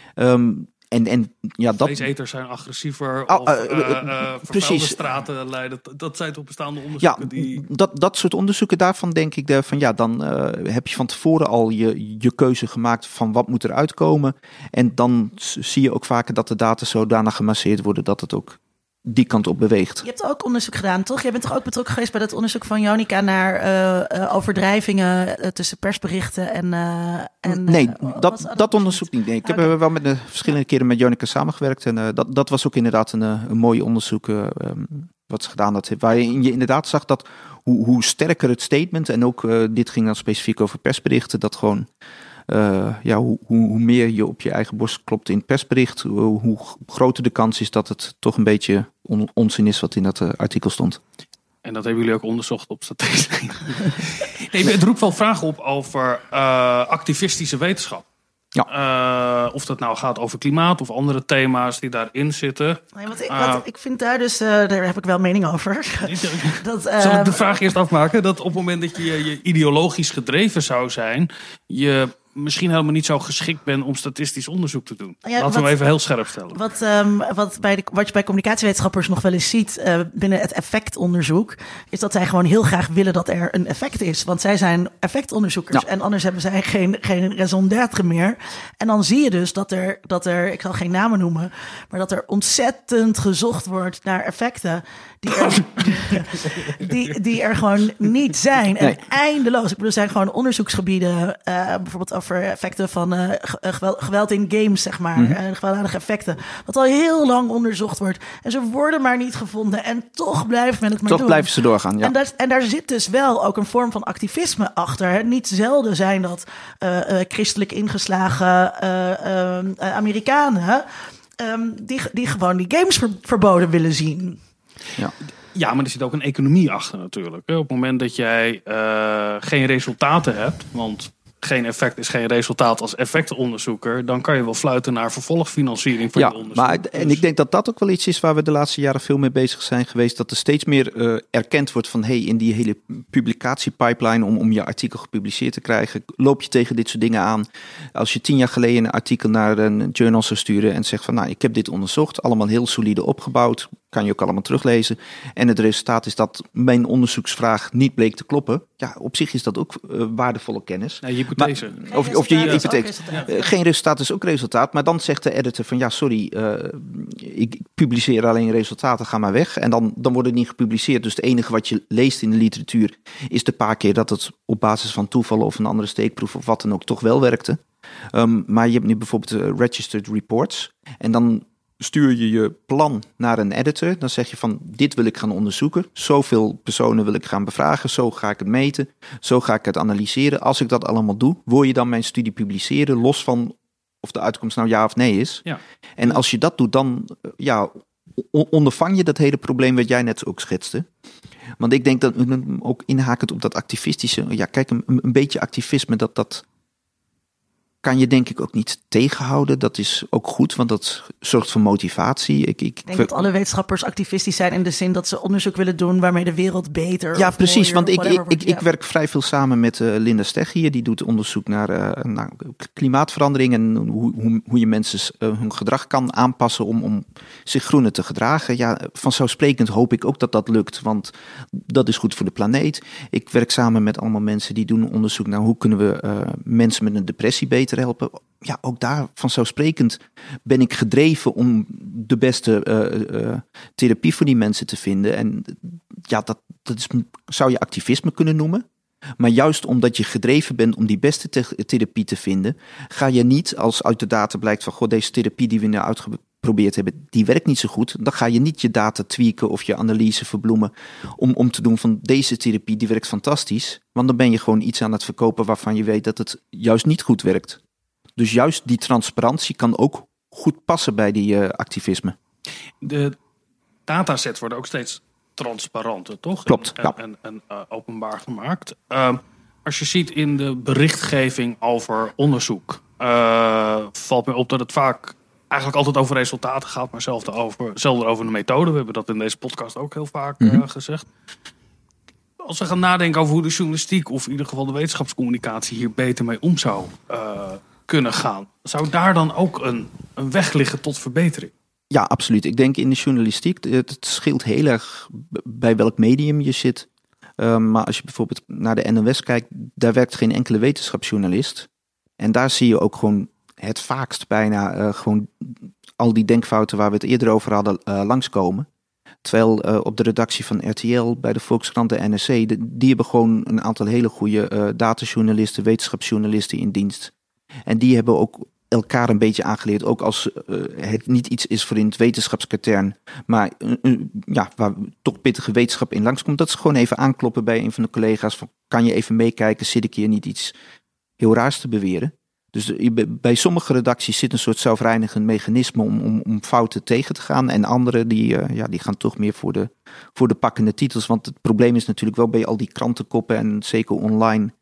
Um, en, en, ja, dat... Vleeseters zijn agressiever oh, of uh, uh, uh, vervuilde straten leiden. Dat zijn toch bestaande onderzoeken? Ja, die... dat, dat soort onderzoeken daarvan denk ik van ja, dan uh, heb je van tevoren al je, je keuze gemaakt van wat moet er uitkomen. En dan zie je ook vaker dat de data zodanig gemasseerd worden dat het ook die kant op beweegt. Je hebt ook onderzoek gedaan, toch? Jij bent toch ook betrokken geweest bij dat onderzoek van Jonica naar uh, uh, overdrijvingen uh, tussen persberichten en... Uh, en nee, uh, dat, dat onderzoek niet. Nee, ik heb okay. wel met de verschillende keren met Jonica samengewerkt. En uh, dat, dat was ook inderdaad een, een mooi onderzoek uh, um, wat ze gedaan had. Waarin je inderdaad zag dat hoe, hoe sterker het statement, en ook uh, dit ging dan specifiek over persberichten, dat gewoon... Uh, ja, hoe, hoe, hoe meer je op je eigen borst klopt in het persbericht, hoe, hoe groter de kans is dat het toch een beetje on, onzin is wat in dat uh, artikel stond. En dat hebben jullie ook onderzocht op statistiek. Nee, het roept wel vragen op over uh, activistische wetenschap. Ja. Uh, of dat nou gaat over klimaat of andere thema's die daarin zitten. Nee, wat ik, wat, uh, ik vind daar dus, uh, daar heb ik wel mening over. dat, uh, Zal ik de vraag eerst afmaken? Dat op het moment dat je, je ideologisch gedreven zou zijn, je misschien helemaal niet zo geschikt bent om statistisch onderzoek te doen. Ja, Laten wat, we hem even heel scherp stellen. Wat, um, wat, bij de, wat je bij communicatiewetenschappers nog wel eens ziet uh, binnen het effectonderzoek, is dat zij gewoon heel graag willen dat er een effect is. Want zij zijn effectonderzoekers. Ja. En anders hebben zij geen, geen raison d'être meer. En dan zie je dus dat er, dat er, ik zal geen namen noemen, maar dat er ontzettend gezocht wordt naar effecten die er, die, die er gewoon niet zijn. En nee. eindeloos. Ik bedoel, er zijn gewoon onderzoeksgebieden, uh, bijvoorbeeld over effecten van uh, geweld, geweld in games, zeg maar. Mm-hmm. Uh, gewelddadige effecten. Wat al heel lang onderzocht wordt. En ze worden maar niet gevonden. En toch blijft men het maar toch doen. Toch blijven ze doorgaan, ja. En daar, en daar zit dus wel ook een vorm van activisme achter. Hè. Niet zelden zijn dat uh, uh, christelijk ingeslagen uh, uh, Amerikanen um, die, die gewoon die games ver, verboden willen zien. Ja. Ja, maar er zit ook een economie achter natuurlijk. Op het moment dat jij uh, geen resultaten hebt, want geen effect is geen resultaat als effectonderzoeker, dan kan je wel fluiten naar vervolgfinanciering van ja, je onderzoek. Maar, en ik denk dat dat ook wel iets is waar we de laatste jaren veel mee bezig zijn geweest. Dat er steeds meer uh, erkend wordt van hey, in die hele publicatiepipeline om, om je artikel gepubliceerd te krijgen, loop je tegen dit soort dingen aan. Als je tien jaar geleden een artikel naar een journal zou sturen en zegt van nou, ik heb dit onderzocht, allemaal heel solide opgebouwd, kan je ook allemaal teruglezen. En het resultaat is dat mijn onderzoeksvraag niet bleek te kloppen. Ja, op zich is dat ook uh, waardevolle kennis. Nee, hypothese. Maar, of, of je hypothese. Ja. Uh, geen resultaat is ook resultaat. Maar dan zegt de editor van ja, sorry, uh, ik publiceer alleen resultaten, ga maar weg. En dan, dan wordt het niet gepubliceerd. Dus het enige wat je leest in de literatuur is de paar keer dat het op basis van toeval of een andere steekproef of wat dan ook toch wel werkte. Um, maar je hebt nu bijvoorbeeld uh, registered reports. En dan stuur je je plan naar een editor. Dan zeg je van, dit wil ik gaan onderzoeken. Zoveel personen wil ik gaan bevragen. Zo ga ik het meten. Zo ga ik het analyseren. Als ik dat allemaal doe, wil je dan mijn studie publiceren, los van of de uitkomst nou ja of nee is. Ja. En als je dat doet, dan ja, ondervang je dat hele probleem wat jij net ook schetste. Want ik denk dat ook inhakend op dat activistische, ja kijk, een, een beetje activisme, dat dat kan je denk ik ook niet tegenhouden. Dat is ook goed, want dat zorgt voor motivatie. Ik, ik, ik denk dat alle wetenschappers activistisch zijn in de zin dat ze onderzoek willen doen waarmee de wereld beter. Ja, precies. Mooier, want ik, ik, ik, ja. ik werk vrij veel samen met uh, Linda Steg hier. Die doet onderzoek naar, uh, naar klimaatverandering en hoe, hoe, hoe je mensen uh, hun gedrag kan aanpassen om, om zich groener te gedragen. Ja, vanzelfsprekend hoop ik ook dat dat lukt, want dat is goed voor de planeet. Ik werk samen met allemaal mensen die doen onderzoek naar hoe kunnen we uh, mensen met een depressie beter helpen. Ja, ook daar vanzelfsprekend ben ik gedreven om de beste uh, uh, therapie voor die mensen te vinden. En ja, dat, dat is, zou je activisme kunnen noemen. Maar juist omdat je gedreven bent om die beste te- therapie te vinden, ga je niet, als uit de data blijkt van, goh, deze therapie die we nu uitgeprobeerd hebben, die werkt niet zo goed. Dan ga je niet je data tweaken of je analyse verbloemen om, om te doen van, deze therapie die werkt fantastisch. Want dan ben je gewoon iets aan het verkopen waarvan je weet dat het juist niet goed werkt. Dus juist die transparantie kan ook goed passen bij die uh, activisme. De datasets worden ook steeds transparanter, toch? Klopt, En, ja. en, en uh, openbaar gemaakt. Uh, als je ziet in de berichtgeving over onderzoek, uh, valt mij op dat het vaak eigenlijk altijd over resultaten gaat, maar zelden over, zelden over de methode. We hebben dat in deze podcast ook heel vaak uh, mm-hmm. gezegd. Als we gaan nadenken over hoe de journalistiek of in ieder geval de wetenschapscommunicatie hier beter mee om zou uh, kunnen gaan, zou daar dan ook een, een weg liggen tot verbetering? Ja, absoluut. Ik denk in de journalistiek, het scheelt heel erg bij welk medium je zit. Uh, maar als je bijvoorbeeld naar de N O S kijkt, daar werkt geen enkele wetenschapsjournalist. En daar zie je ook gewoon het vaakst bijna uh, gewoon al die denkfouten waar we het eerder over hadden uh, langskomen. Terwijl uh, op de redactie van R T L, bij de Volkskrant en N R C, de, die hebben gewoon een aantal hele goede uh, datajournalisten, wetenschapsjournalisten in dienst. En die hebben ook elkaar een beetje aangeleerd, ook als uh, het niet iets is voor in het wetenschapskatern, maar uh, uh, ja, waar toch pittige wetenschap in langskomt, dat is gewoon even aankloppen bij een van de collega's van, kan je even meekijken, zit ik hier niet iets heel raars te beweren? Dus de, bij sommige redacties zit een soort zelfreinigend mechanisme om, om, om fouten tegen te gaan. En andere die, uh, ja, die gaan toch meer voor de, voor de pakkende titels. Want het probleem is natuurlijk wel bij al die krantenkoppen en zeker online.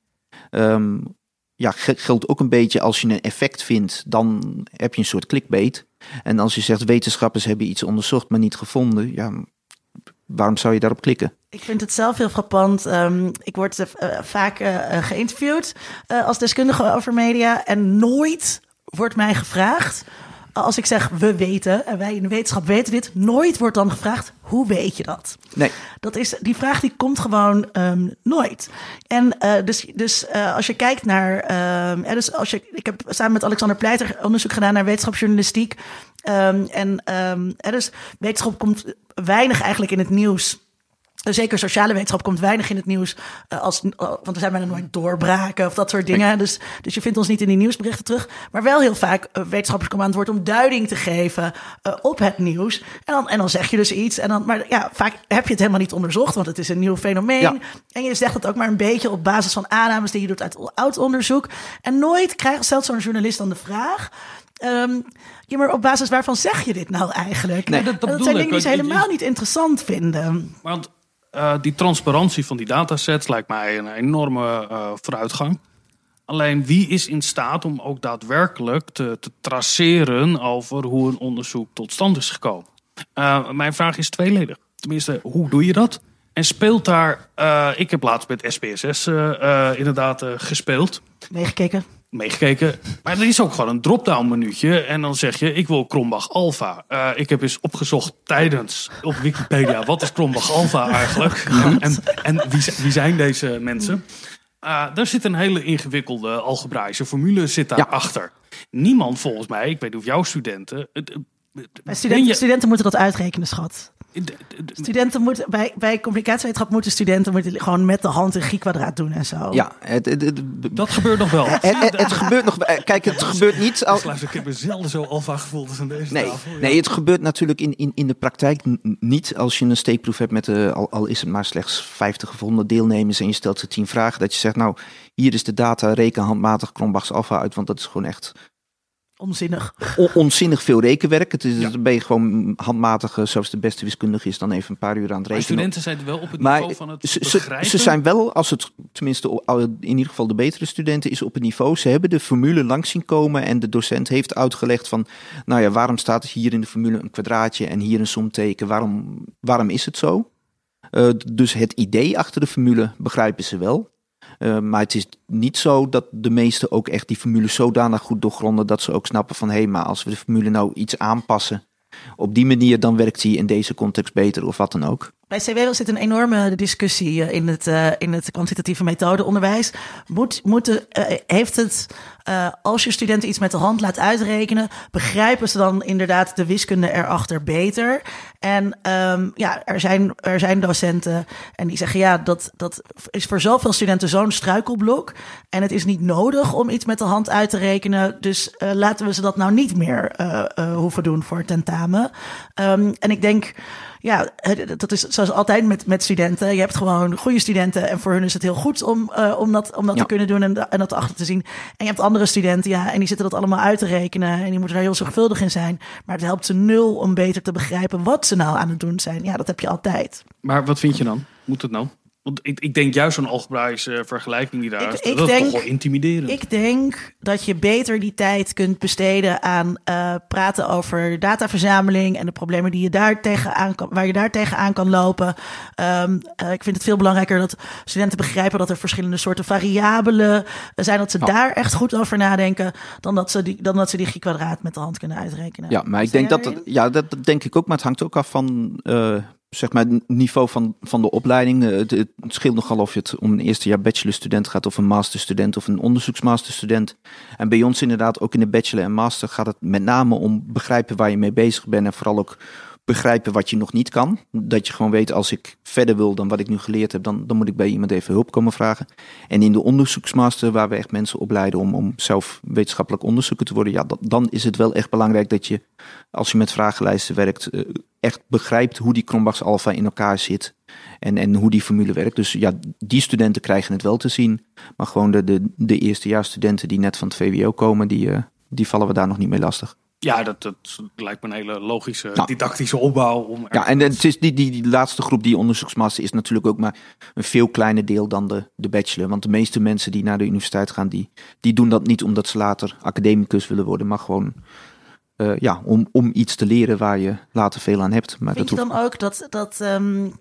Um, ja, geldt ook een beetje als je een effect vindt, dan heb je een soort clickbait. En als je zegt wetenschappers hebben iets onderzocht maar niet gevonden, ja, waarom zou je daarop klikken? Ik vind het zelf heel frappant. Um, ik word uh, vaak uh, geïnterviewd uh, als deskundige over media. En nooit wordt mij gevraagd, als ik zeg we weten, en wij in de wetenschap weten dit, nooit wordt dan gevraagd, hoe weet je dat? Nee. Dat is, die vraag die komt gewoon um, nooit. En uh, dus, dus uh, als je kijkt naar, uh, dus als je, ik heb samen met Alexander Pleiter onderzoek gedaan naar wetenschapsjournalistiek. Um, en um, dus wetenschap komt weinig eigenlijk in het nieuws. Zeker sociale wetenschap komt weinig in het nieuws, uh, als, uh, want er zijn bijna nooit doorbraken of dat soort dingen. Dus, dus je vindt ons niet in die nieuwsberichten terug. Maar wel heel vaak uh, wetenschappers komen aan het woord om duiding te geven uh, op het nieuws. En dan, en dan zeg je dus iets. En dan, maar ja, vaak heb je het helemaal niet onderzocht, want het is een nieuw fenomeen. Ja. En je zegt het ook maar een beetje op basis van aannames die je doet uit oud onderzoek. En nooit krijgt, stelt zo'n journalist dan de vraag, Um, ja, maar op basis waarvan zeg je dit nou eigenlijk? Nee, dat, dat, dat zijn dingen die ze helemaal niet interessant vinden. Want uh, die transparantie van die datasets lijkt mij een enorme uh, vooruitgang. Alleen wie is in staat om ook daadwerkelijk te, te traceren over hoe een onderzoek tot stand is gekomen? Uh, mijn vraag is tweeledig. Tenminste, hoe doe je dat? En speelt daar, uh, ik heb laatst met S P S S uh, uh, inderdaad uh, gespeeld. Meegekeken. meegekeken. Maar er is ook gewoon een drop-down menuutje. En dan zeg je, ik wil Cronbach Alpha. Uh, ik heb eens opgezocht tijdens op Wikipedia, wat is Cronbach Alpha eigenlijk? en en wie, wie zijn deze mensen? Uh, daar zit een hele ingewikkelde algebraïsche formule zit daarachter. Ja. Niemand volgens mij, ik weet niet of jouw studenten... Het, studenten, je... studenten moeten dat uitrekenen, schat. De, de, de, Studenten moeten bij, bij communicatiewetenschap moeten studenten moeten gewoon met de hand een G-kwadraat doen en zo. Ja, het, het, het, dat gebeurt nog wel. Het, het, het gebeurt nog. Kijk, het gebeurt niet. Als... Ik heb me zelden zo alfa gevoeld als aan deze nee, tafel. Ja. Nee, het gebeurt natuurlijk in, in, in de praktijk niet. Als je een steekproef hebt met uh, al, al is het maar slechts vijftig of honderd deelnemers en je stelt ze tien vragen, dat je zegt, nou, hier is de data, reken handmatig Cronbach's alfa uit, want dat is gewoon echt onzinnig. On, onzinnig veel rekenwerk. Het is, Ja. Dan ben je gewoon handmatig, zoals de beste wiskundige is, dan even een paar uur aan het rekenen. Maar studenten zijn wel op het maar niveau van het ze, begrijpen? Ze zijn wel, als het tenminste in ieder geval de betere studenten is op het niveau. Ze hebben de formule langs zien komen en de docent heeft uitgelegd van, nou ja, waarom staat hier in de formule een kwadraatje en hier een somteken? Waarom, waarom is het zo? Uh, dus het idee achter de formule begrijpen ze wel. Uh, maar het is niet zo dat de meesten ook echt die formule zodanig goed doorgronden dat ze ook snappen van, hé, hey, maar als we de formule nou iets aanpassen op die manier, dan werkt die in deze context beter of wat dan ook. Bij C W zit een enorme discussie in het, uh, in het kwantitatieve methodeonderwijs. Moet, moet de, uh, heeft het, uh, als je studenten iets met de hand laat uitrekenen, begrijpen ze dan inderdaad de wiskunde erachter beter? En um, ja, er zijn, er zijn docenten en die zeggen, ja, dat, dat is voor zoveel studenten zo'n struikelblok. En het is niet nodig om iets met de hand uit te rekenen. Dus uh, laten we ze dat nou niet meer uh, uh, hoeven doen voor tentamen. Um, en ik denk, ja, dat is zoals altijd met, met studenten. Je hebt gewoon goede studenten en voor hun is het heel goed om, uh, om dat, om dat ja. te kunnen doen en, en dat achter te zien. En je hebt andere studenten, ja, en die zitten dat allemaal uit te rekenen en die moeten daar heel zorgvuldig in zijn. Maar het helpt ze nul om beter te begrijpen wat ze nou aan het doen zijn. Ja, dat heb je altijd. Maar wat vind je dan? Moet het nou? Want ik, ik denk juist zo'n algebraïsche vergelijking die daar ik, is, ik dat denk, is toch wel intimiderend. Ik denk dat je beter die tijd kunt besteden aan uh, praten over dataverzameling en de problemen die je daar tegenaan kan, waar je daar tegenaan kan lopen. Um, uh, ik vind het veel belangrijker dat studenten begrijpen dat er verschillende soorten variabelen zijn, dat ze oh. daar echt goed over nadenken, dan dat ze die, dan dat ze die G-kwadraat met de hand kunnen uitrekenen. Ja, maar ik denk dat, dat, ja, dat denk ik ook, maar het hangt ook af van Uh... zeg maar het niveau van, van de opleiding. Het, het scheelt nogal of je het om een eerste jaar bachelorstudent gaat of een masterstudent of een onderzoeksmasterstudent. En bij ons inderdaad ook in de bachelor en master gaat het met name om begrijpen waar je mee bezig bent en vooral ook begrijpen wat je nog niet kan. Dat je gewoon weet, als ik verder wil dan wat ik nu geleerd heb, dan, dan moet ik bij iemand even hulp komen vragen. En in de onderzoeksmaster, waar we echt mensen opleiden om, om zelf wetenschappelijk onderzoeker te worden, ja, dat, dan is het wel echt belangrijk dat je, als je met vragenlijsten werkt, uh, echt begrijpt hoe die Cronbach's alfa in elkaar zit en, en hoe die formule werkt. Dus ja, die studenten krijgen het wel te zien, maar gewoon de, de, de eerstejaarsstudenten die net van het V W O komen, die, uh, die vallen we daar nog niet mee lastig. Ja, dat, dat lijkt me een hele logische, nou, didactische opbouw. Om ja, en het is die, die, die laatste groep, die onderzoeksmaster, is natuurlijk ook maar een veel kleiner deel dan de, de bachelor. Want de meeste mensen die naar de universiteit gaan, die, die doen dat niet omdat ze later academicus willen worden, maar gewoon uh, ja, om, om iets te leren waar je later veel aan hebt. Maar Vind dat je dan ook dat... dat um...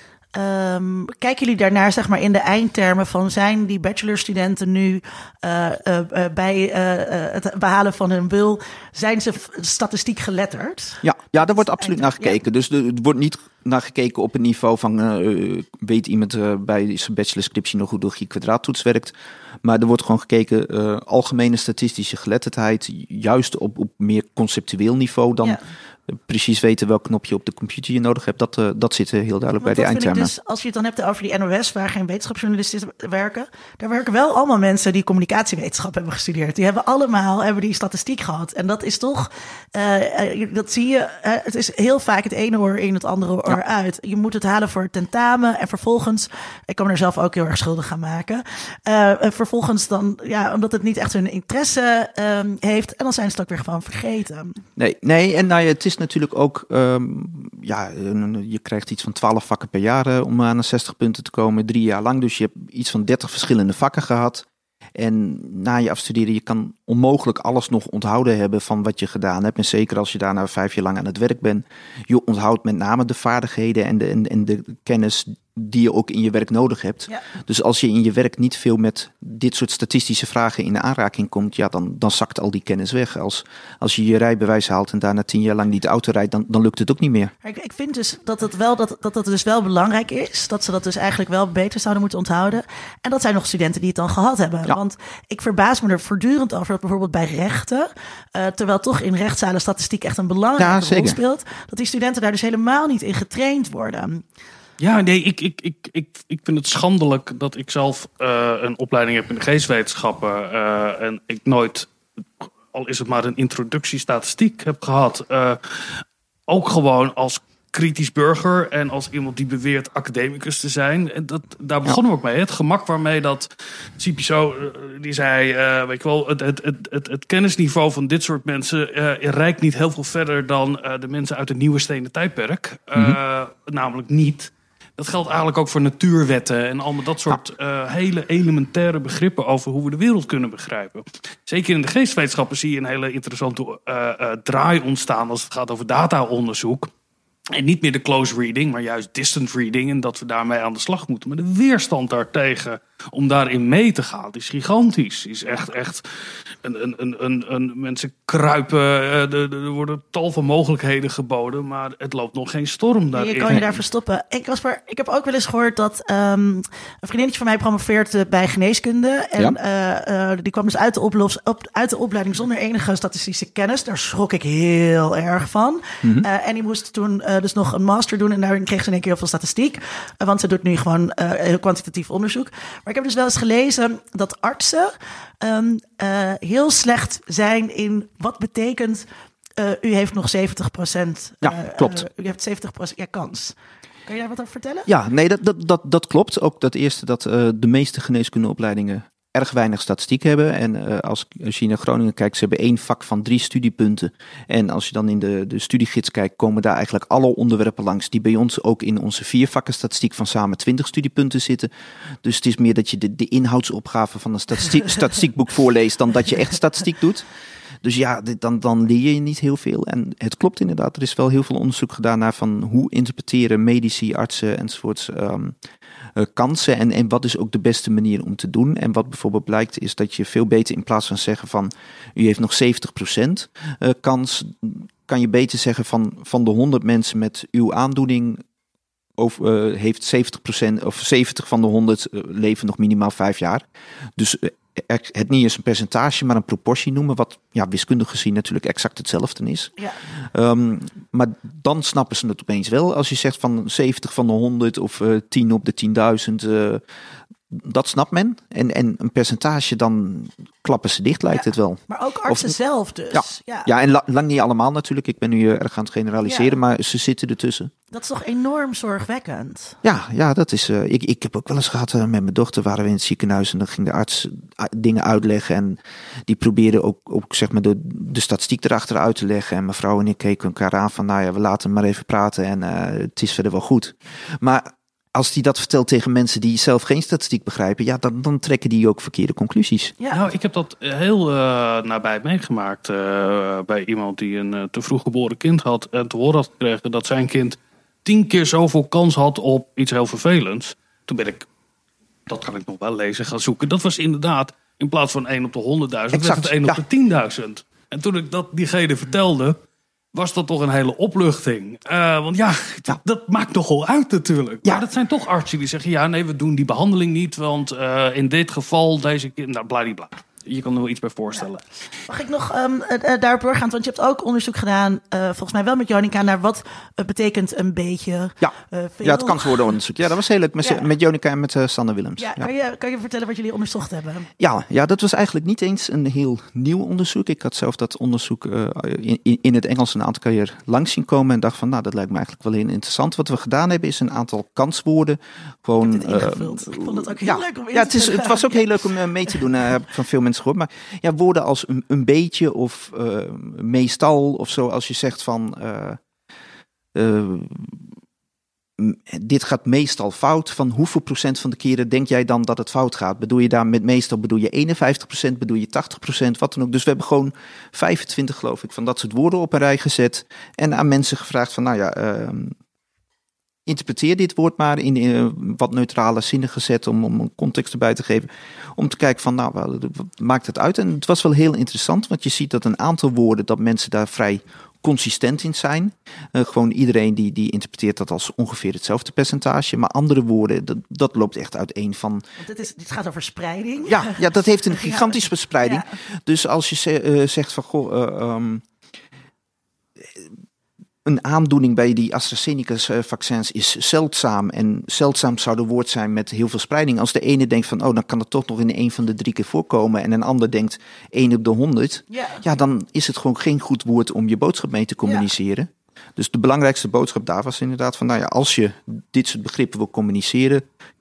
Um, kijken jullie daarnaar, zeg maar, in de eindtermen van, zijn die bachelorstudenten nu uh, uh, uh, bij uh, uh, het behalen van hun wil, zijn ze f- statistiek geletterd? Ja, ja, daar wordt absoluut naar gekeken. Ja. Dus er wordt niet naar gekeken op het niveau van, uh, weet iemand uh, bij zijn bachelorscriptie nog hoe de G-kwadraattoets werkt. Maar er wordt gewoon gekeken, uh, algemene statistische geletterdheid, juist op, op meer conceptueel niveau dan... Ja. Precies weten welk knopje op de computer je nodig hebt, dat, uh, dat zit heel duidelijk bij de eindtermen. Dus, als je het dan hebt over die N O S, waar geen wetenschapsjournalisten werken, daar werken wel allemaal mensen die communicatiewetenschap hebben gestudeerd. Die hebben allemaal hebben die statistiek gehad. En dat is toch, uh, dat zie je, uh, het is heel vaak het ene oor in het andere oor ja. uit. Je moet het halen voor het tentamen en vervolgens, ik kan me er zelf ook heel erg schuldig gaan maken, uh, vervolgens dan, ja, omdat het niet echt hun interesse um, heeft, en dan zijn ze het ook weer gewoon vergeten. Nee, nee en nou ja, het is natuurlijk ook, um, ja, je krijgt iets van twaalf vakken per jaar uh, om aan de zestig punten te komen, drie jaar lang. Dus je hebt iets van dertig verschillende vakken gehad. En na je afstuderen, je kan onmogelijk alles nog onthouden hebben van wat je gedaan hebt. En zeker als je daarna vijf jaar lang aan het werk bent. Je onthoudt met name de vaardigheden en de, en, en de kennis die je ook in je werk nodig hebt. Ja. Dus als je in je werk niet veel met dit soort statistische vragen in aanraking komt, ja, dan, dan zakt al die kennis weg. Als, als je je rijbewijs haalt en daarna tien jaar lang niet de auto rijdt, dan, dan lukt het ook niet meer. Ik, ik vind dus dat het wel dat, dat het dus wel belangrijk is, dat ze dat dus eigenlijk wel beter zouden moeten onthouden. En dat zijn nog studenten die het dan gehad hebben. Ja. Want ik verbaas me er voortdurend over dat bijvoorbeeld bij rechten, uh, terwijl toch in rechtszalen statistiek echt een belangrijke Ja, rol speelt, dat die studenten daar dus helemaal niet in getraind worden. Ja, nee, ik, ik, ik, ik, ik vind het schandelijk dat ik zelf uh, een opleiding heb in de geestwetenschappen uh, en ik nooit, al is het maar een introductie statistiek heb gehad. Uh, ook gewoon als kritisch burger en als iemand die beweert academicus te zijn. En dat, daar begonnen we ook mee. Het gemak waarmee dat Cipiso, uh, die zei, uh, weet je wel, het, het, het, het, het kennisniveau van dit soort mensen uh, reikt niet heel veel verder dan uh, de mensen uit het nieuwe stenen tijdperk. Uh, mm-hmm. Namelijk niet. Dat geldt eigenlijk ook voor natuurwetten en allemaal dat soort uh, hele elementaire begrippen over hoe we de wereld kunnen begrijpen. Zeker in de geestwetenschappen zie je een hele interessante uh, uh, draai ontstaan als het gaat over dataonderzoek. En niet meer de close reading, maar juist distant reading. En dat we daarmee aan de slag moeten. Maar de weerstand daartegen om daarin mee te gaan is gigantisch. Is echt, echt een, een, een, een, een, mensen kruipen. Er, er worden tal van mogelijkheden geboden. Maar het loopt nog geen storm daarin. Je kan je daar verstoppen. Ik, was maar, ik heb ook wel eens gehoord dat um, een vriendinnetje van mij promoveert uh, bij geneeskunde. En ja. uh, uh, die kwam dus uit de, oplos, op, uit de opleiding zonder enige statistische kennis. Daar schrok ik heel erg van. Mm-hmm. Uh, en die moest toen uh, dus nog een master doen. En daarin kreeg ze in één keer heel veel statistiek. Uh, want ze doet nu gewoon uh, heel kwantitatief onderzoek. Maar ik heb dus wel eens gelezen dat artsen um, uh, heel slecht zijn in wat betekent uh, u heeft nog zeventig procent. Uh, ja, klopt. Uh, u heeft zeventig procent ja, kans. Kan je daar wat over vertellen? Ja, nee, dat, dat, dat, dat klopt. Ook dat eerste dat uh, de meeste geneeskundeopleidingen erg weinig statistiek hebben. En uh, als, als je naar Groningen kijkt, ze hebben één vak van drie studiepunten. En als je dan in de, de studiegids kijkt, komen daar eigenlijk alle onderwerpen langs die bij ons ook in onze vier vakken statistiek van samen twintig studiepunten zitten. Dus het is meer dat je de, de inhoudsopgave van een statistiek, statistiekboek voorleest dan dat je echt statistiek doet. Dus ja, dit, dan, dan leer je niet heel veel. En het klopt inderdaad, er is wel heel veel onderzoek gedaan naar van hoe interpreteren medici, artsen enzovoorts um, uh, kansen. En, en wat is ook de beste manier om te doen. En wat bijvoorbeeld blijkt is dat je veel beter in plaats van zeggen van u heeft nog zeventig procent uh, kans, kan je beter zeggen van, van de honderd mensen met uw aandoening over, uh, heeft zeventig procent of zeventig van de honderd uh, leven nog minimaal vijf jaar. Dus uh, het niet eens een percentage, maar een proportie noemen, wat ja, wiskundig gezien natuurlijk exact hetzelfde is. Ja. Um, maar dan snappen ze het opeens wel. Als je zegt van zeventig van de honderd of uh, tien op de tienduizend, uh, dat snapt men. En, en een percentage, dan klappen ze dicht, lijkt ja, het wel. Maar ook artsen of, zelf dus. Ja, ja. ja en la, lang niet allemaal natuurlijk. Ik ben nu uh, erg aan het generaliseren, ja. maar ze zitten ertussen. Dat is toch enorm zorgwekkend? Ja, ja dat is. Uh, ik, ik heb ook wel eens gehad uh, met mijn dochter, waren we in het ziekenhuis en dan ging de arts uh, dingen uitleggen en die probeerde ook, ook zeg maar de, de statistiek erachter uit te leggen. En mevrouw en ik keken elkaar aan van, nou ja, we laten hem maar even praten en uh, het is verder wel goed. Maar als die dat vertelt tegen mensen die zelf geen statistiek begrijpen, ja, dan, dan trekken die ook verkeerde conclusies. Ja. Nou, ik heb dat heel uh, nabij meegemaakt uh, bij iemand die een uh, te vroeg geboren kind had en te horen had gekregen dat zijn kind tien keer zoveel kans had op iets heel vervelends. Toen ben ik, dat kan ik nog wel lezen, gaan zoeken. Dat was inderdaad, in plaats van één op de honderdduizend, werd het één op ja. de tienduizend. En toen ik dat diegene vertelde, was dat toch een hele opluchting. Uh, want ja, ja, dat maakt nogal uit natuurlijk. Ja. Maar dat zijn toch artsen die zeggen, ja nee, we doen die behandeling niet, want uh, in dit geval deze kind, nou bladibla. Je kan er wel iets bij voorstellen. Ja. Mag ik nog um, uh, daarop doorgaan? Want je hebt ook onderzoek gedaan, uh, volgens mij wel met Jonica, naar wat het betekent een beetje. Ja, uh, veel. Ja, het kanswoordenonderzoek. Ja, dat was heel leuk met, ja. met Jonica en met uh, Sanne Willems. Ja, ja. Kan, je, kan je vertellen wat jullie onderzocht hebben? Ja, ja, dat was eigenlijk niet eens een heel nieuw onderzoek. Ik had zelf dat onderzoek uh, in, in het Engels een aantal keer langs zien komen en dacht van, nou, dat lijkt me eigenlijk wel heel interessant. Wat we gedaan hebben is een aantal kanswoorden. Gewoon, ik heb dit ingevuld. Uh, ik vond het ook heel ja, leuk om in ja, te het, is, het was ook heel leuk om uh, mee te doen. Uh, heb ik van veel mensen gehoord. Maar ja, woorden als een, een beetje of uh, meestal of zo, als je zegt van uh, uh, dit gaat meestal fout, van hoeveel procent van de keren denk jij dan dat het fout gaat? Bedoel je daar met meestal, bedoel je eenenvijftig procent, bedoel je tachtig procent, wat dan ook. Dus we hebben gewoon vijfentwintig, geloof ik, van dat soort woorden op een rij gezet en aan mensen gevraagd van, nou ja, uh, interpreteer dit woord maar in uh, wat neutrale zinnen gezet om, om een context erbij te geven. Om te kijken van, nou, wat maakt het uit? En het was wel heel interessant, want je ziet dat een aantal woorden, dat mensen daar vrij consistent in zijn. Uh, gewoon iedereen die, die interpreteert dat als ongeveer hetzelfde percentage. Maar andere woorden, dat, dat loopt echt uiteen van... Want dit, is, dit gaat over spreiding. Ja, ja, dat heeft een gigantische verspreiding. Ja. Dus als je ze, uh, zegt van, goh... Uh, um, een aandoening bij die AstraZeneca-vaccins is zeldzaam. En zeldzaam zou een woord zijn met heel veel spreiding. Als de ene denkt van, oh, dan kan het toch nog in een van de drie keer voorkomen. En een ander denkt, één op de honderd. Ja. Ja, dan is het gewoon geen goed woord om je boodschap mee te communiceren. Ja. Dus de belangrijkste boodschap daar was inderdaad van, nou ja, als je dit soort begrippen wil communiceren,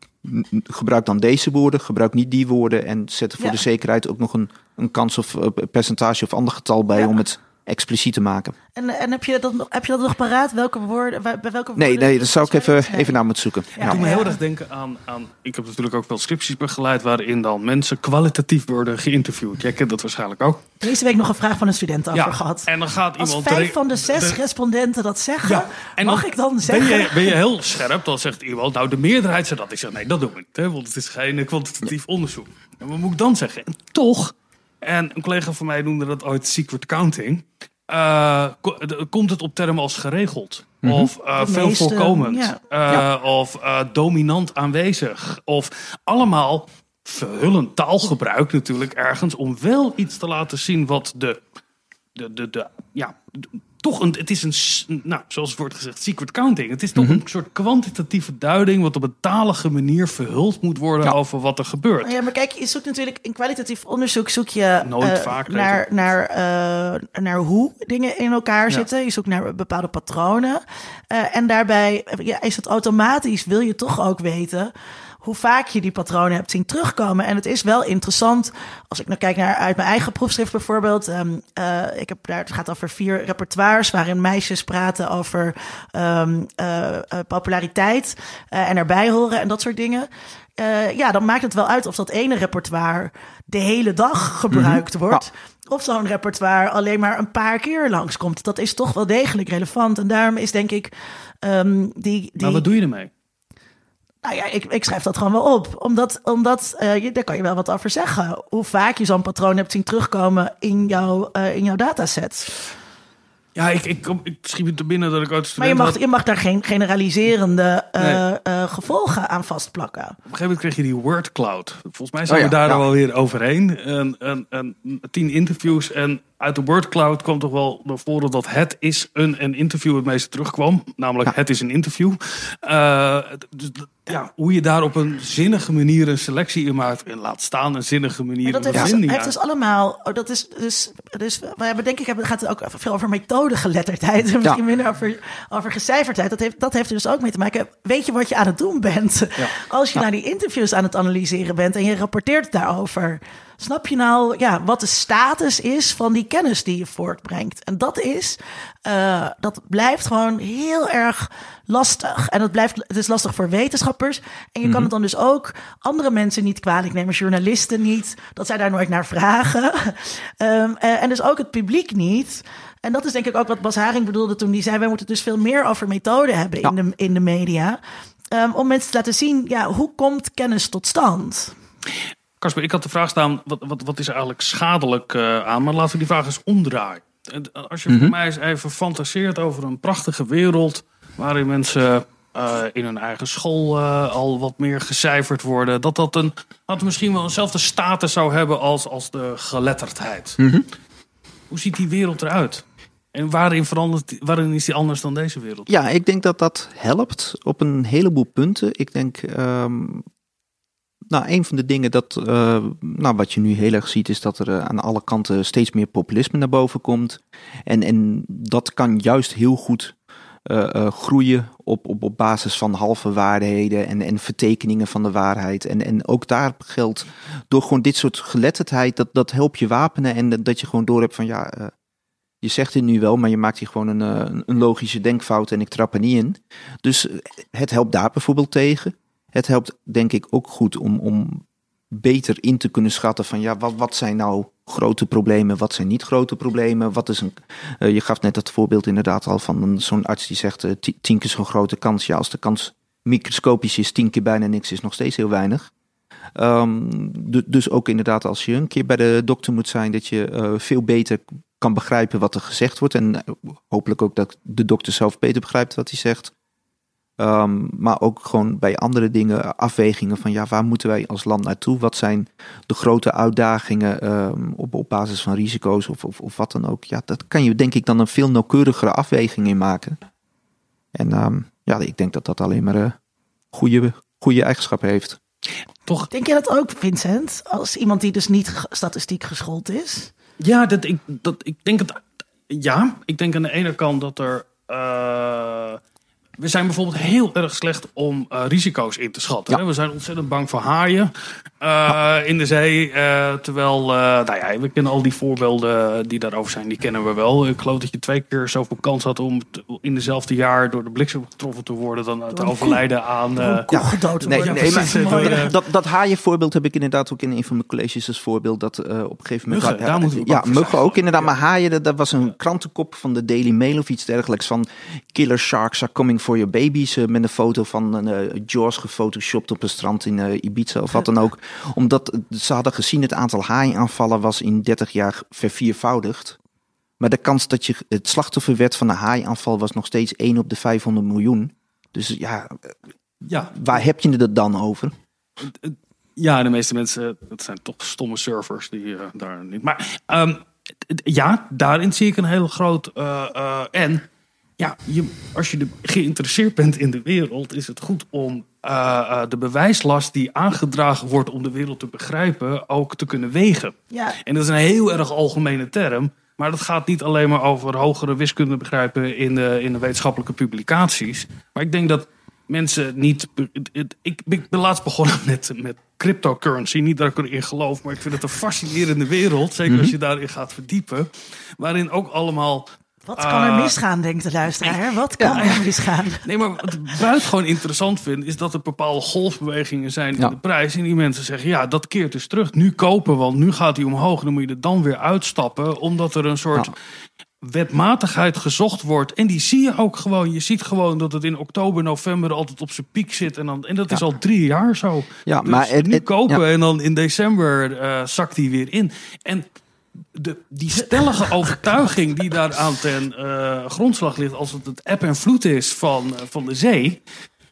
gebruik dan deze woorden, gebruik niet die woorden. En zet er voor ja. de zekerheid ook nog een, een kans of uh, percentage of ander getal bij ja. om het expliciet te maken. En, en heb, je dat nog, heb je dat nog paraat? Welke woorden? Bij welke nee, woorden nee, dat zou ik even, nee. even naar moeten zoeken. Ja, ja. Ik doe me heel erg denken aan, aan... Ik heb natuurlijk ook wel scripties begeleid waarin dan mensen kwalitatief worden geïnterviewd. Jij kent dat waarschijnlijk ook. Deze week nog een vraag van een student over ja, gehad. En dan gaat Als iemand... vijf van de zes de, respondenten dat zeggen, ja, en mag dan ik dan zeggen... Ben je, ben je heel scherp, dan zegt iemand, nou de meerderheid zegt dat. Ik zeg, nee, dat doen we niet, hè, want het is geen kwantitatief onderzoek. En wat moet ik dan zeggen? En toch, en een collega van mij noemde dat ooit secret counting... Uh, komt het op termen als geregeld? Mm-hmm. Of uh, veel meeste, voorkomend? Ja. Uh, ja. Of uh, dominant aanwezig? Of allemaal verhullend taalgebruik natuurlijk ergens... om wel iets te laten zien wat de... de, de, de ja, de, toch een, het is een, nou, zoals wordt gezegd, secret counting. Het is toch mm-hmm. een soort kwantitatieve duiding... wat op een talige manier verhuld moet worden ja. over wat er gebeurt. Ja, maar kijk, je zoekt natuurlijk in kwalitatief onderzoek... zoek je Nooit uh, vaak, naar, naar, uh, naar hoe dingen in elkaar ja. zitten. Je zoekt naar bepaalde patronen. Uh, en daarbij ja, is het automatisch, wil je toch ook weten... hoe vaak je die patronen hebt zien terugkomen. En het is wel interessant, als ik nou kijk naar uit mijn eigen proefschrift bijvoorbeeld. Um, uh, ik heb daar, het gaat over vier repertoires waarin meisjes praten over um, uh, uh, populariteit uh, en erbij horen en dat soort dingen. Uh, ja, dan maakt het wel uit of dat ene repertoire de hele dag gebruikt mm-hmm. wordt. Ja. Of zo'n repertoire alleen maar een paar keer langskomt. Dat is toch wel degelijk relevant. En daarom is denk ik um, die, die... Maar wat doe je ermee? Nou ja, ik, ik schrijf dat gewoon wel op. Omdat, omdat uh, je, daar kan je wel wat over zeggen. Hoe vaak je zo'n patroon hebt zien terugkomen in, jou, uh, in jouw dataset. Ja, ik, ik, ik schiet het er binnen dat ik uit student Maar je mag, had... je mag daar geen generaliserende uh, nee. uh, gevolgen aan vastplakken. Op een gegeven moment kreeg je die word cloud. Volgens mij zijn oh ja, we daar ja. wel weer overheen. En, en, en tien interviews en uit de word cloud kwam toch wel naar voren dat het is een, een interview het meeste terugkwam. Namelijk ja. het is een interview. Uh, dus ja, hoe je daar op een zinnige manier een selectie in maakt en laat staan een zinnige manier. Maar dat heeft, dus, heeft dus allemaal. Oh, dat is dus, dus we hebben denk ik hebben, gaat het ook veel over methodegeletterdheid en misschien ja. minder over, over gecijferdheid. Dat heeft, dat heeft er dus ook mee te maken. Weet je wat je aan het doen bent? Ja. Als je ja. naar die interviews aan het analyseren bent en je rapporteert daarover. Snap je nou ja, wat de status is van die kennis die je voortbrengt? En dat is, uh, dat blijft gewoon heel erg lastig. En het, blijft, het is lastig voor wetenschappers. En je mm-hmm. kan het dan dus ook andere mensen niet kwalijk nemen, journalisten niet, dat zij daar nooit naar vragen. um, uh, en dus ook het publiek niet. En dat is denk ik ook wat Bas Haring bedoelde toen die zei, wij moeten dus veel meer over methode hebben ja. in, de, in de media. Um, om mensen te laten zien, ja, hoe komt kennis tot stand? Kasper, ik had de vraag staan, wat, wat, wat is er eigenlijk schadelijk uh, aan? Maar laten we die vraag eens omdraaien. Als je mm-hmm. voor mij eens even fantaseert over een prachtige wereld waarin mensen uh, in hun eigen school uh, al wat meer gecijferd worden, dat dat, een, dat misschien wel eenzelfde status zou hebben als, als de geletterdheid. Mm-hmm. Hoe ziet die wereld eruit? En waarin, verandert, waarin is die anders dan deze wereld? Ja, ik denk dat dat helpt op een heleboel punten. Ik denk... Um... Nou, een van de dingen dat, uh, nou, wat je nu heel erg ziet, is dat er uh, aan alle kanten steeds meer populisme naar boven komt. En, en dat kan juist heel goed uh, uh, groeien op, op, op basis van halve waarheden en, en vertekeningen van de waarheid. En, en ook daar geldt, door gewoon dit soort geletterdheid, dat, dat helpt je wapenen en dat je gewoon door hebt van ja, uh, je zegt het nu wel, maar je maakt hier gewoon een, uh, een logische denkfout en ik trap er niet in. Dus uh, het helpt daar bijvoorbeeld tegen. Het helpt denk ik ook goed om, om beter in te kunnen schatten van ja, wat, wat zijn nou grote problemen, wat zijn niet grote problemen? Wat is een, uh, je gaf net het voorbeeld inderdaad al van een, zo'n arts die zegt uh, tien, tien keer zo'n grote kans. Ja, als de kans microscopisch is, tien keer bijna niks is nog steeds heel weinig. Um, d- dus ook inderdaad als je een keer bij de dokter moet zijn, dat je uh, veel beter kan begrijpen wat er gezegd wordt. En uh, hopelijk ook dat de dokter zelf beter begrijpt wat hij zegt. Um, maar ook gewoon bij andere dingen, afwegingen van ja, waar moeten wij als land naartoe? Wat zijn de grote uitdagingen um, op, op basis van risico's of, of, of wat dan ook? Ja, dat kan je denk ik dan een veel nauwkeurigere afweging in maken. En um, ja, ik denk dat dat alleen maar uh, goede, goede eigenschappen heeft. Toch? Denk je dat ook, Vincent? Als iemand die dus niet g- statistiek geschoold is? Ja, dat, ik, dat, ik denk het. Ja, ik denk aan de ene kant dat er. Uh, we zijn bijvoorbeeld heel erg slecht om uh, risico's in te schatten. Ja. Hè? We zijn ontzettend bang voor haaien uh, in de zee. Uh, terwijl, uh, nou ja, we kennen al die voorbeelden die daarover zijn, die kennen we wel. Ik geloof dat je twee keer zoveel kans had om te, in dezelfde jaar door de bliksem getroffen te worden dan te overlijden aan. Uh, Koe gedood te Nee, worden. nee, maar, precies, maar door, uh, dat, dat haaienvoorbeeld heb ik inderdaad ook in een van mijn colleges als voorbeeld. Dat uh, op een gegeven moment. Muggen, daar moeten we ja, bang voor muggen zijn. ook inderdaad. Ja. Maar haaien, dat, dat was een krantenkop van de Daily Mail of iets dergelijks. Van killer sharks are coming for your babies. Uh, met een foto van een uh, Jaws gefotoshopt op een strand in uh, Ibiza of wat dan ook. Omdat ze hadden gezien het aantal haaienaanvallen was in dertig jaar verviervoudigd. Maar de kans dat je het slachtoffer werd van een haaienaanval was nog steeds één op de vijfhonderd miljoen. Dus ja, ja, waar heb je het dan over? ja, de meeste mensen, dat zijn toch stomme surfers die uh, daar niet. Maar um, ja, daarin zie ik een heel groot uh, uh, en. Ja, je, als je de, geïnteresseerd bent in de wereld, is het goed om uh, uh, de bewijslast die aangedragen wordt om de wereld te begrijpen, ook te kunnen wegen. Ja. En dat is een heel erg algemene term, maar dat gaat niet alleen maar over hogere wiskunde begrijpen in de, in de wetenschappelijke publicaties. Maar ik denk dat mensen niet. Ik, ik ben laatst begonnen met, met cryptocurrency. Niet dat ik erin geloof, maar ik vind het een fascinerende wereld. Zeker als je daarin gaat verdiepen. Waarin ook allemaal. Wat kan er misgaan, denkt de luisteraar? Wat kan Ja. er misgaan? Nee, maar wat ik buitengewoon interessant vind, is dat er bepaalde golfbewegingen zijn in Ja. de prijs. En die mensen zeggen, ja, dat keert dus terug. Nu kopen, want nu gaat hij omhoog. Dan moet je er dan weer uitstappen, omdat er een soort Ja. wetmatigheid gezocht wordt. En die zie je ook gewoon. Je ziet gewoon dat het in oktober, november altijd op zijn piek zit. En, dan, en dat is Ja. al drie jaar zo. Ja, Dus maar het- nu het- kopen ja. en dan in december uh, zakt hij weer in. En de, die stellige overtuiging die daar aan ten uh, grondslag ligt, als het het eb en vloed is van, uh, van de zee.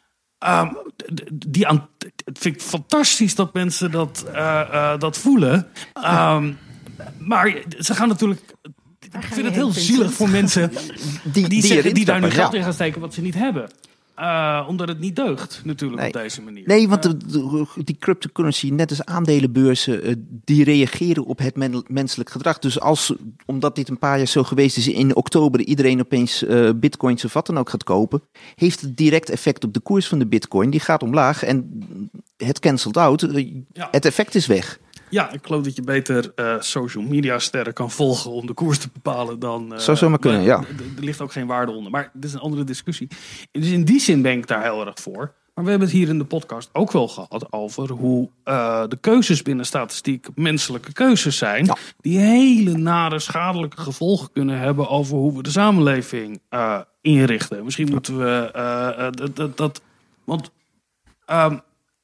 Um, die aan, het vind ik fantastisch dat mensen dat, uh, uh, dat voelen. Um, maar ze gaan natuurlijk. Ik ga vind je het heen, heel Vincent? zielig voor mensen Die, die, die, zeggen, erin die daar nu stappen, geld ja. in gaan steken wat ze niet hebben. Uh, omdat het niet deugt, natuurlijk, Nee. op deze manier. Nee, want de, de- die cryptocurrency, net als aandelenbeurzen, eh, die reageren op het men- menselijk gedrag. Dus als, omdat dit een paar jaar zo geweest is, in oktober iedereen opeens eh, bitcoins of wat dan ook gaat kopen, heeft het direct effect op de koers van de bitcoin. Die gaat omlaag en het cancelt out. Eh, Ja. Het effect is weg. Ja, ik geloof dat je beter uh, social media sterren kan volgen om de koers te bepalen dan. Uh, Zou zomaar kunnen, ja. Er, er ligt ook geen waarde onder. Maar dit is een andere discussie. Dus in die zin ben ik daar heel erg voor. Maar we hebben het hier in de podcast ook wel gehad over hoe uh, de keuzes binnen statistiek menselijke keuzes zijn. Ja. Die hele nare schadelijke gevolgen kunnen hebben over hoe we de samenleving uh, inrichten. Misschien moeten we uh, uh, dat, dat, dat. Want. Uh,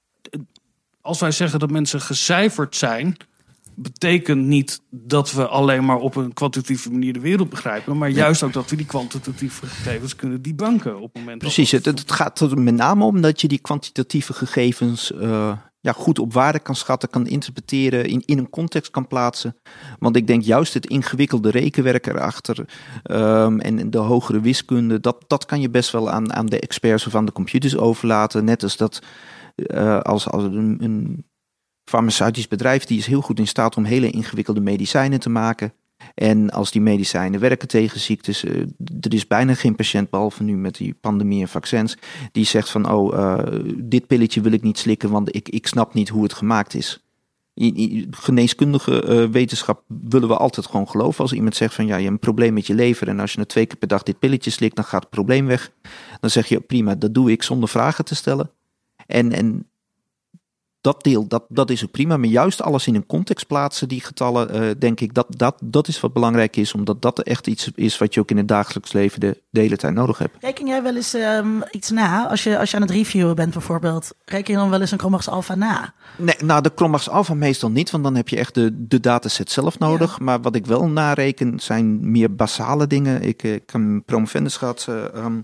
Als wij zeggen dat mensen gecijferd zijn, betekent niet dat we alleen maar op een kwantitatieve manier de wereld begrijpen, maar juist ook dat we die kwantitatieve gegevens kunnen debunken op het moment. Precies, dat het, het gaat er met name om dat je die kwantitatieve gegevens uh, ja, goed op waarde kan schatten, kan interpreteren, in, in een context kan plaatsen. Want ik denk juist het ingewikkelde rekenwerk erachter um, en de hogere wiskunde, dat, dat kan je best wel aan, aan de experts of aan de computers overlaten. Net als dat uh, als, als een, een farmaceutisch bedrijf, die is heel goed in staat om hele ingewikkelde medicijnen te maken. En als die medicijnen werken tegen ziektes, uh, er is bijna geen patiënt, behalve nu met die pandemie en vaccins, die zegt van, oh, uh, dit pilletje wil ik niet slikken, want ik, ik snap niet hoe het gemaakt is. In, in geneeskundige uh, wetenschap willen we altijd gewoon geloven. Als iemand zegt van, ja, je hebt een probleem met je lever en als je na twee keer per dag dit pilletje slikt, dan gaat het probleem weg. Dan zeg je, prima, dat doe ik zonder vragen te stellen. En, en dat deel, dat, dat is ook prima. Maar juist alles in een context plaatsen, die getallen, uh, denk ik, dat, dat, dat is wat belangrijk is. Omdat dat echt iets is wat je ook in het dagelijks leven de, de hele tijd nodig hebt. Reken jij wel eens um, iets na? Als je, als je aan het reviewen bent bijvoorbeeld, reken je dan wel eens een Cronbach's Alpha na? Nee, nou de Cronbach's Alpha meestal niet, want dan heb je echt de, de dataset zelf nodig. Ja. Maar wat ik wel nareken zijn meer basale dingen. Ik, ik heb een promovendus gehad, uh, um,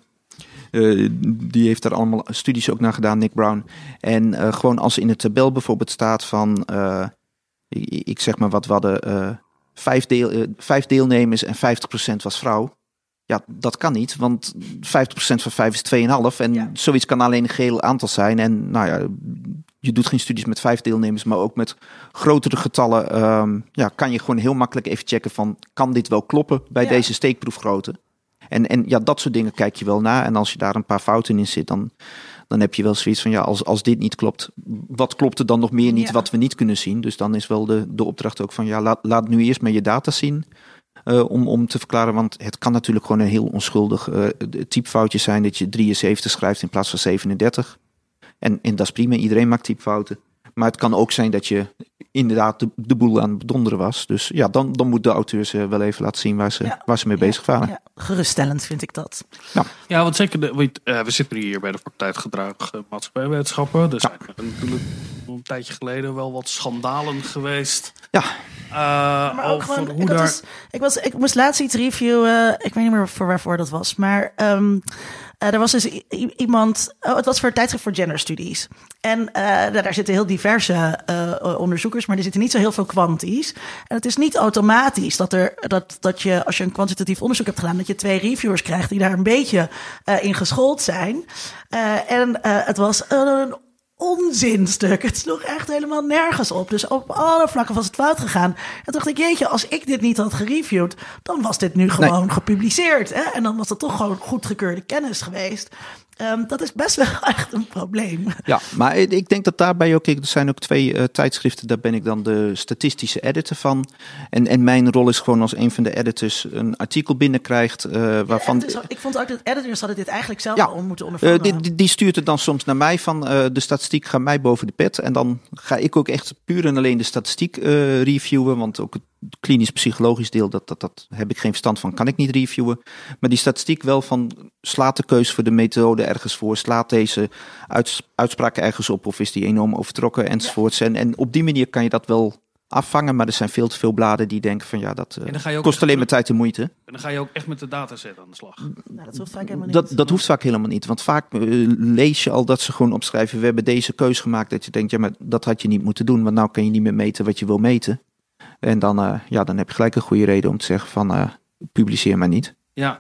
uh, die heeft daar allemaal studies ook naar gedaan, Nick Brown. En uh, gewoon als in de tabel bijvoorbeeld staat van, uh, ik, ik zeg maar wat we hadden, uh, vijf, deel, uh, vijf deelnemers en vijftig procent was vrouw. Ja, dat kan niet, want vijftig procent van vijf is twee komma vijf. En ja. zoiets kan alleen een geheel aantal zijn. En nou ja, je doet geen studies met vijf deelnemers, maar ook met grotere getallen. Um, ja, kan je gewoon heel makkelijk even checken van, kan dit wel kloppen bij ja. deze steekproefgrootte? En, en ja, dat soort dingen kijk je wel na. En als je daar een paar fouten in zit, dan, dan heb je wel zoiets van, ja, als, als dit niet klopt, wat klopt er dan nog meer niet ja. wat we niet kunnen zien? Dus dan is wel de, de opdracht ook van, ja, laat, laat nu eerst maar je data zien. Uh, om, om te verklaren, want het kan natuurlijk gewoon een heel onschuldig uh, typfoutje zijn dat je drieënzeventig schrijft in plaats van zevenendertig. En, en dat is prima, iedereen maakt typfouten. Maar het kan ook zijn dat je inderdaad de, de boel aan het bedonderen was. Dus ja, dan, dan moet de auteurs uh, wel even laten zien waar ze, ja, waar ze mee ja, bezig waren. Ja, geruststellend vind ik dat. Ja, ja want zeker, de, weet, uh, we zitten hier bij de faculteit Gedrag uh, Maatschappijwetenschappen. Er zijn ja. natuurlijk een tijdje geleden wel wat schandalen geweest. Ja. Uh, maar ook gewoon, hoe ik, daar... dus, ik, was, ik moest laatst iets reviewen. Ik weet niet meer voor waarvoor dat was. Maar um, uh, er was dus i- iemand... Oh, het was voor het tijdschrift voor genderstudies. En uh, daar zitten heel diverse uh, onderzoekers, maar er zitten niet zo heel veel kwanties. En het is niet automatisch dat, er, dat, dat je, als je een kwantitatief onderzoek hebt gedaan, dat je twee reviewers krijgt die daar een beetje uh, in geschoold zijn. Uh, en uh, het was een onzinstuk. Het sloeg echt helemaal nergens op. Dus op alle vlakken was het fout gegaan. En dacht ik, jeetje, als ik dit niet had gereviewd, dan was dit nu gewoon nee. gepubliceerd. Hè? En dan was het toch gewoon goedgekeurde kennis geweest. Um, dat is best wel echt een probleem. Ja, maar ik denk dat daarbij ook, er zijn ook twee uh, tijdschriften, daar ben ik dan de statistische editor van. En, en mijn rol is gewoon als een van de editors een artikel binnenkrijgt. Uh, waarvan ja, editors, ik vond ook dat editors hadden dit eigenlijk zelf ja, al moeten ondervangen. Uh, die, die stuurt het dan soms naar mij van uh, de statistiek gaat mij boven de pet. En dan ga ik ook echt puur en alleen de statistiek uh, reviewen, want ook het klinisch-psychologisch deel, dat, dat, dat heb ik geen verstand van, kan ik niet reviewen. Maar die statistiek wel van, slaat de keus voor de methode ergens voor, slaat deze uits, uitspraak ergens op of is die enorm overtrokken enzovoorts. Ja. En, en op die manier kan je dat wel afvangen, maar er zijn veel te veel bladen die denken van ja, dat uh, kost alleen maar tijd en moeite. En dan ga je ook echt met de dataset aan de slag. Nou, dat hoeft vaak helemaal niet. Dat, dat hoeft vaak helemaal niet, want vaak uh, lees je al dat ze gewoon opschrijven, we hebben deze keus gemaakt, dat je denkt, ja, maar dat had je niet moeten doen, want nou kan je niet meer meten wat je wil meten. En dan, uh, ja, dan heb je gelijk een goede reden om te zeggen van uh, publiceer maar niet. Ja,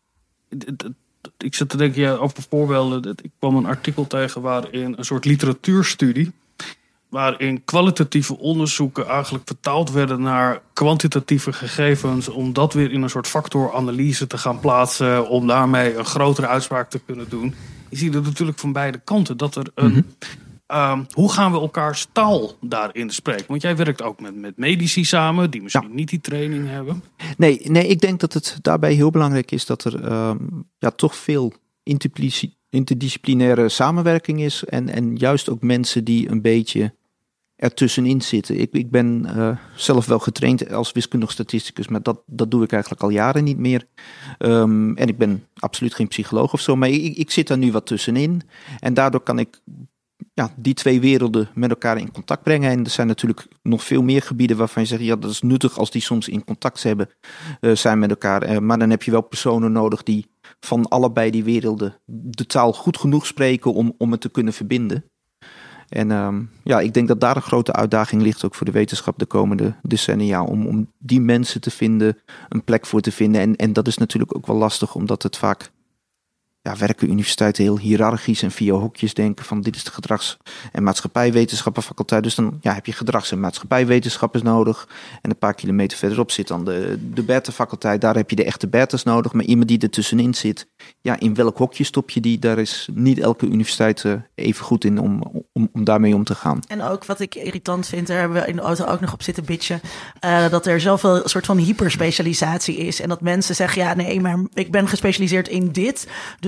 ik zit te denken ja, over voorbeelden. Ik kwam een artikel tegen waarin een soort literatuurstudie, waarin kwalitatieve onderzoeken eigenlijk vertaald werden naar kwantitatieve gegevens, om dat weer in een soort factoranalyse te gaan plaatsen, om daarmee een grotere uitspraak te kunnen doen. Je ziet het natuurlijk van beide kanten, dat er een... Mm-hmm. Um, hoe gaan we elkaars taal daarin spreken? Want jij werkt ook met, met medici samen, die misschien ja. niet die training hebben. Nee, nee, ik denk dat het daarbij heel belangrijk is dat er um, ja, toch veel interdisciplinaire samenwerking is. En, en juist ook mensen die een beetje ertussenin zitten. Ik, ik ben uh, zelf wel getraind als wiskundig statisticus, maar dat, dat doe ik eigenlijk al jaren niet meer. Um, en ik ben absoluut geen psycholoog of zo, maar ik, ik zit daar nu wat tussenin. En daardoor kan ik ja, die twee werelden met elkaar in contact brengen. En er zijn natuurlijk nog veel meer gebieden waarvan je zegt, ja, dat is nuttig als die soms in contact hebben, uh, zijn met elkaar. Uh, maar dan heb je wel personen nodig die van allebei die werelden de taal goed genoeg spreken om, om het te kunnen verbinden. En um, ja, ik denk dat daar een grote uitdaging ligt ook voor de wetenschap de komende decennia. Om, om die mensen te vinden, een plek voor te vinden. En, en dat is natuurlijk ook wel lastig, omdat het vaak... Ja, werken universiteiten heel hiërarchisch en via hokjes denken van dit is de gedrags- en maatschappijwetenschappenfaculteit. Dus dan ja, heb je gedrags- en maatschappijwetenschappers nodig. En een paar kilometer verderop zit dan de, de beta-faculteit. Daar heb je de echte betas nodig. Maar iemand die er tussenin zit, ja, in welk hokje stop je die? Daar is niet elke universiteit uh, even goed in om, om, om daarmee om te gaan. En ook wat ik irritant vind, daar hebben we in de auto ook nog op zitten bitchen, uh, dat er zoveel soort van hyperspecialisatie is. En dat mensen zeggen, ja nee, maar ik ben gespecialiseerd in dit, dus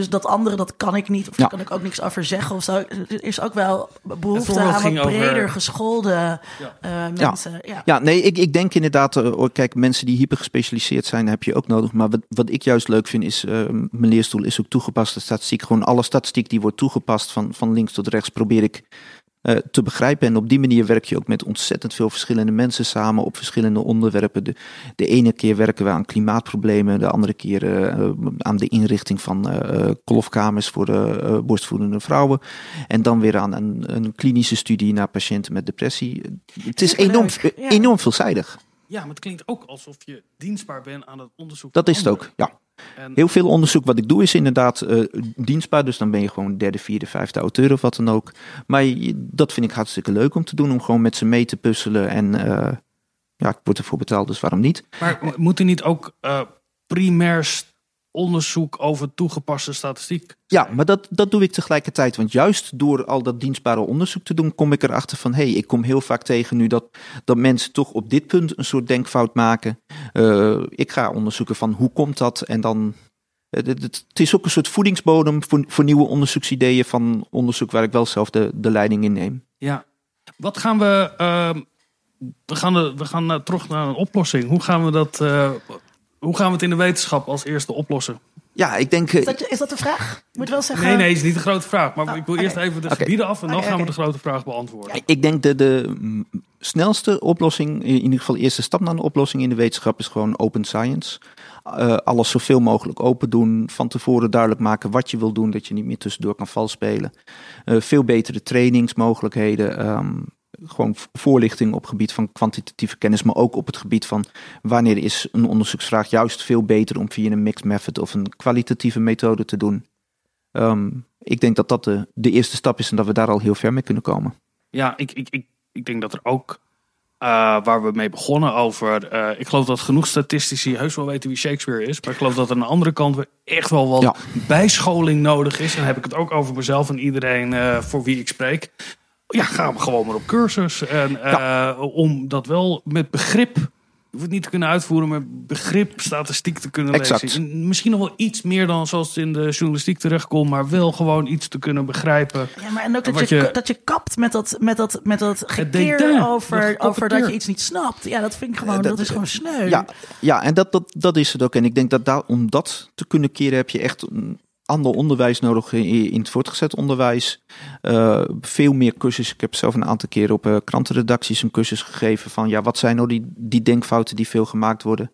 Dus dat andere, dat kan ik niet. Of Ja. daar kan ik ook niks over zeggen of zo. Er is ook wel behoefte voorbeeld aan wat ging over- breder geschoolde uh, mensen. Ja. Ja. Ja, nee, ik, ik denk inderdaad, uh, kijk, mensen die hyper gespecialiseerd zijn, heb je ook nodig. Maar wat, wat ik juist leuk vind is, uh, mijn leerstoel is ook toegepaste statistiek. Gewoon alle statistiek die wordt toegepast van, van links tot rechts probeer ik uh, te begrijpen. En op die manier werk je ook met ontzettend veel verschillende mensen samen op verschillende onderwerpen. De, de ene keer werken we aan klimaatproblemen, de andere keer uh, aan de inrichting van uh, kolfkamers voor uh, uh, borstvoedende vrouwen. En dan weer aan een, een klinische studie naar patiënten met depressie. Het is enorm, Ja. enorm veelzijdig. Ja, maar het klinkt ook alsof je dienstbaar bent aan het onderzoek. Dat van is het ook, anderen. ja. En Heel veel onderzoek wat ik doe is inderdaad uh, dienstbaar. Dus dan ben je gewoon derde, vierde, vijfde auteur of wat dan ook. Maar je, dat vind ik hartstikke leuk om te doen. Om gewoon met ze mee te puzzelen. En uh, ja, ik word ervoor betaald, dus waarom niet? Maar moet er niet ook uh, primair st- onderzoek over toegepaste statistiek? Ja, maar dat, dat doe ik tegelijkertijd. Want juist door al dat dienstbare onderzoek te doen, kom ik erachter van, hé, hey, ik kom heel vaak tegen nu dat, dat mensen toch op dit punt een soort denkfout maken. Uh, ik ga onderzoeken van hoe komt dat? En dan, het, het, het is ook een soort voedingsbodem voor, voor nieuwe onderzoeksideeën van onderzoek waar ik wel zelf de, de leiding in neem. Ja. Wat gaan we... Uh, we gaan, de, we gaan uh, terug naar een oplossing. Hoe gaan we dat... Uh, hoe gaan we het in de wetenschap als eerste oplossen? Ja, ik denk... Is, dat, is dat de vraag? Ik moet wel zeggen... Nee, nee, is niet de grote vraag. Maar Oh, ik wil okay. eerst even de Oké. gebieden af en dan Oké, gaan oké. we de grote vraag beantwoorden. Ik denk de, de mm, snelste oplossing, in ieder geval de eerste stap naar een oplossing in de wetenschap is gewoon open science. Uh, alles zoveel mogelijk open doen, van tevoren duidelijk maken wat je wil doen, dat je niet meer tussendoor kan vals spelen. Uh, veel betere trainingsmogelijkheden, um, gewoon voorlichting op het gebied van kwantitatieve kennis, maar ook op het gebied van wanneer is een onderzoeksvraag juist veel beter om via een mixed method of een kwalitatieve methode te doen. Um, ik denk dat dat de, de eerste stap is en dat we daar al heel ver mee kunnen komen. Ja, ik, ik, ik, ik denk dat er ook, uh, waar we mee begonnen over... Uh, ik geloof dat genoeg statistici heus wel weten wie Shakespeare is. Maar ik geloof dat aan de andere kant weer echt wel wat Ja. bijscholing nodig is. En dan heb ik het ook over mezelf en iedereen uh, voor wie ik spreek. Ja, ga maar gewoon maar op cursus. En uh, Ja. om dat wel met begrip... Je hoeft het niet te kunnen uitvoeren, maar begrip statistiek te kunnen Exact. lezen. En misschien nog wel iets meer dan zoals het in de journalistiek terechtkomt, maar wel gewoon iets te kunnen begrijpen. Ja, maar en ook dat Wat je, je- dat je kapt met dat, met dat, met dat gekeer dédain, over, dat over dat coqueteur. je iets niet snapt. Ja, dat vind ik gewoon, Eh, dat, dat- is gewoon sneu. Ja, ja en dat, dat, dat is het ook. En ik denk dat daar, om dat te kunnen keren heb je echt een ander onderwijs nodig in, in het voortgezet onderwijs. Uh, veel meer cursussen. Ik heb zelf een aantal keren op uh, krantenredacties een cursus gegeven van ja, wat zijn nou die, die denkfouten die veel gemaakt worden.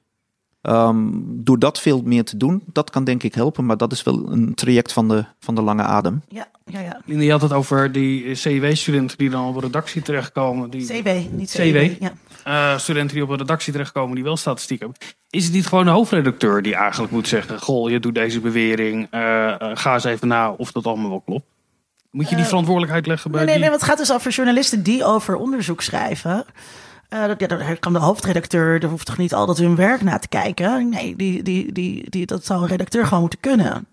Um, door dat veel meer te doen, dat kan denk ik helpen. Maar dat is wel een traject van de, van de lange adem. Ja, ja, ja. Linda, je had het over die C W studenten die dan op een redactie terechtkomen. Die, C W, niet C W. C W? Ja. uh, studenten die op een redactie terechtkomen die wel statistiek hebben. Is het niet gewoon de hoofdredacteur die eigenlijk moet zeggen... Goh, je doet deze bewering, uh, uh, ga eens even na of dat allemaal wel klopt? Moet je die Uh, verantwoordelijkheid leggen bij Nee, nee, die... nee, want het gaat dus over journalisten die over onderzoek schrijven. Uh, dat, ja, daar kan de hoofdredacteur, daar hoeft toch niet altijd hun werk na te kijken. Nee, die, die, die, die, dat zou een redacteur gewoon moeten kunnen.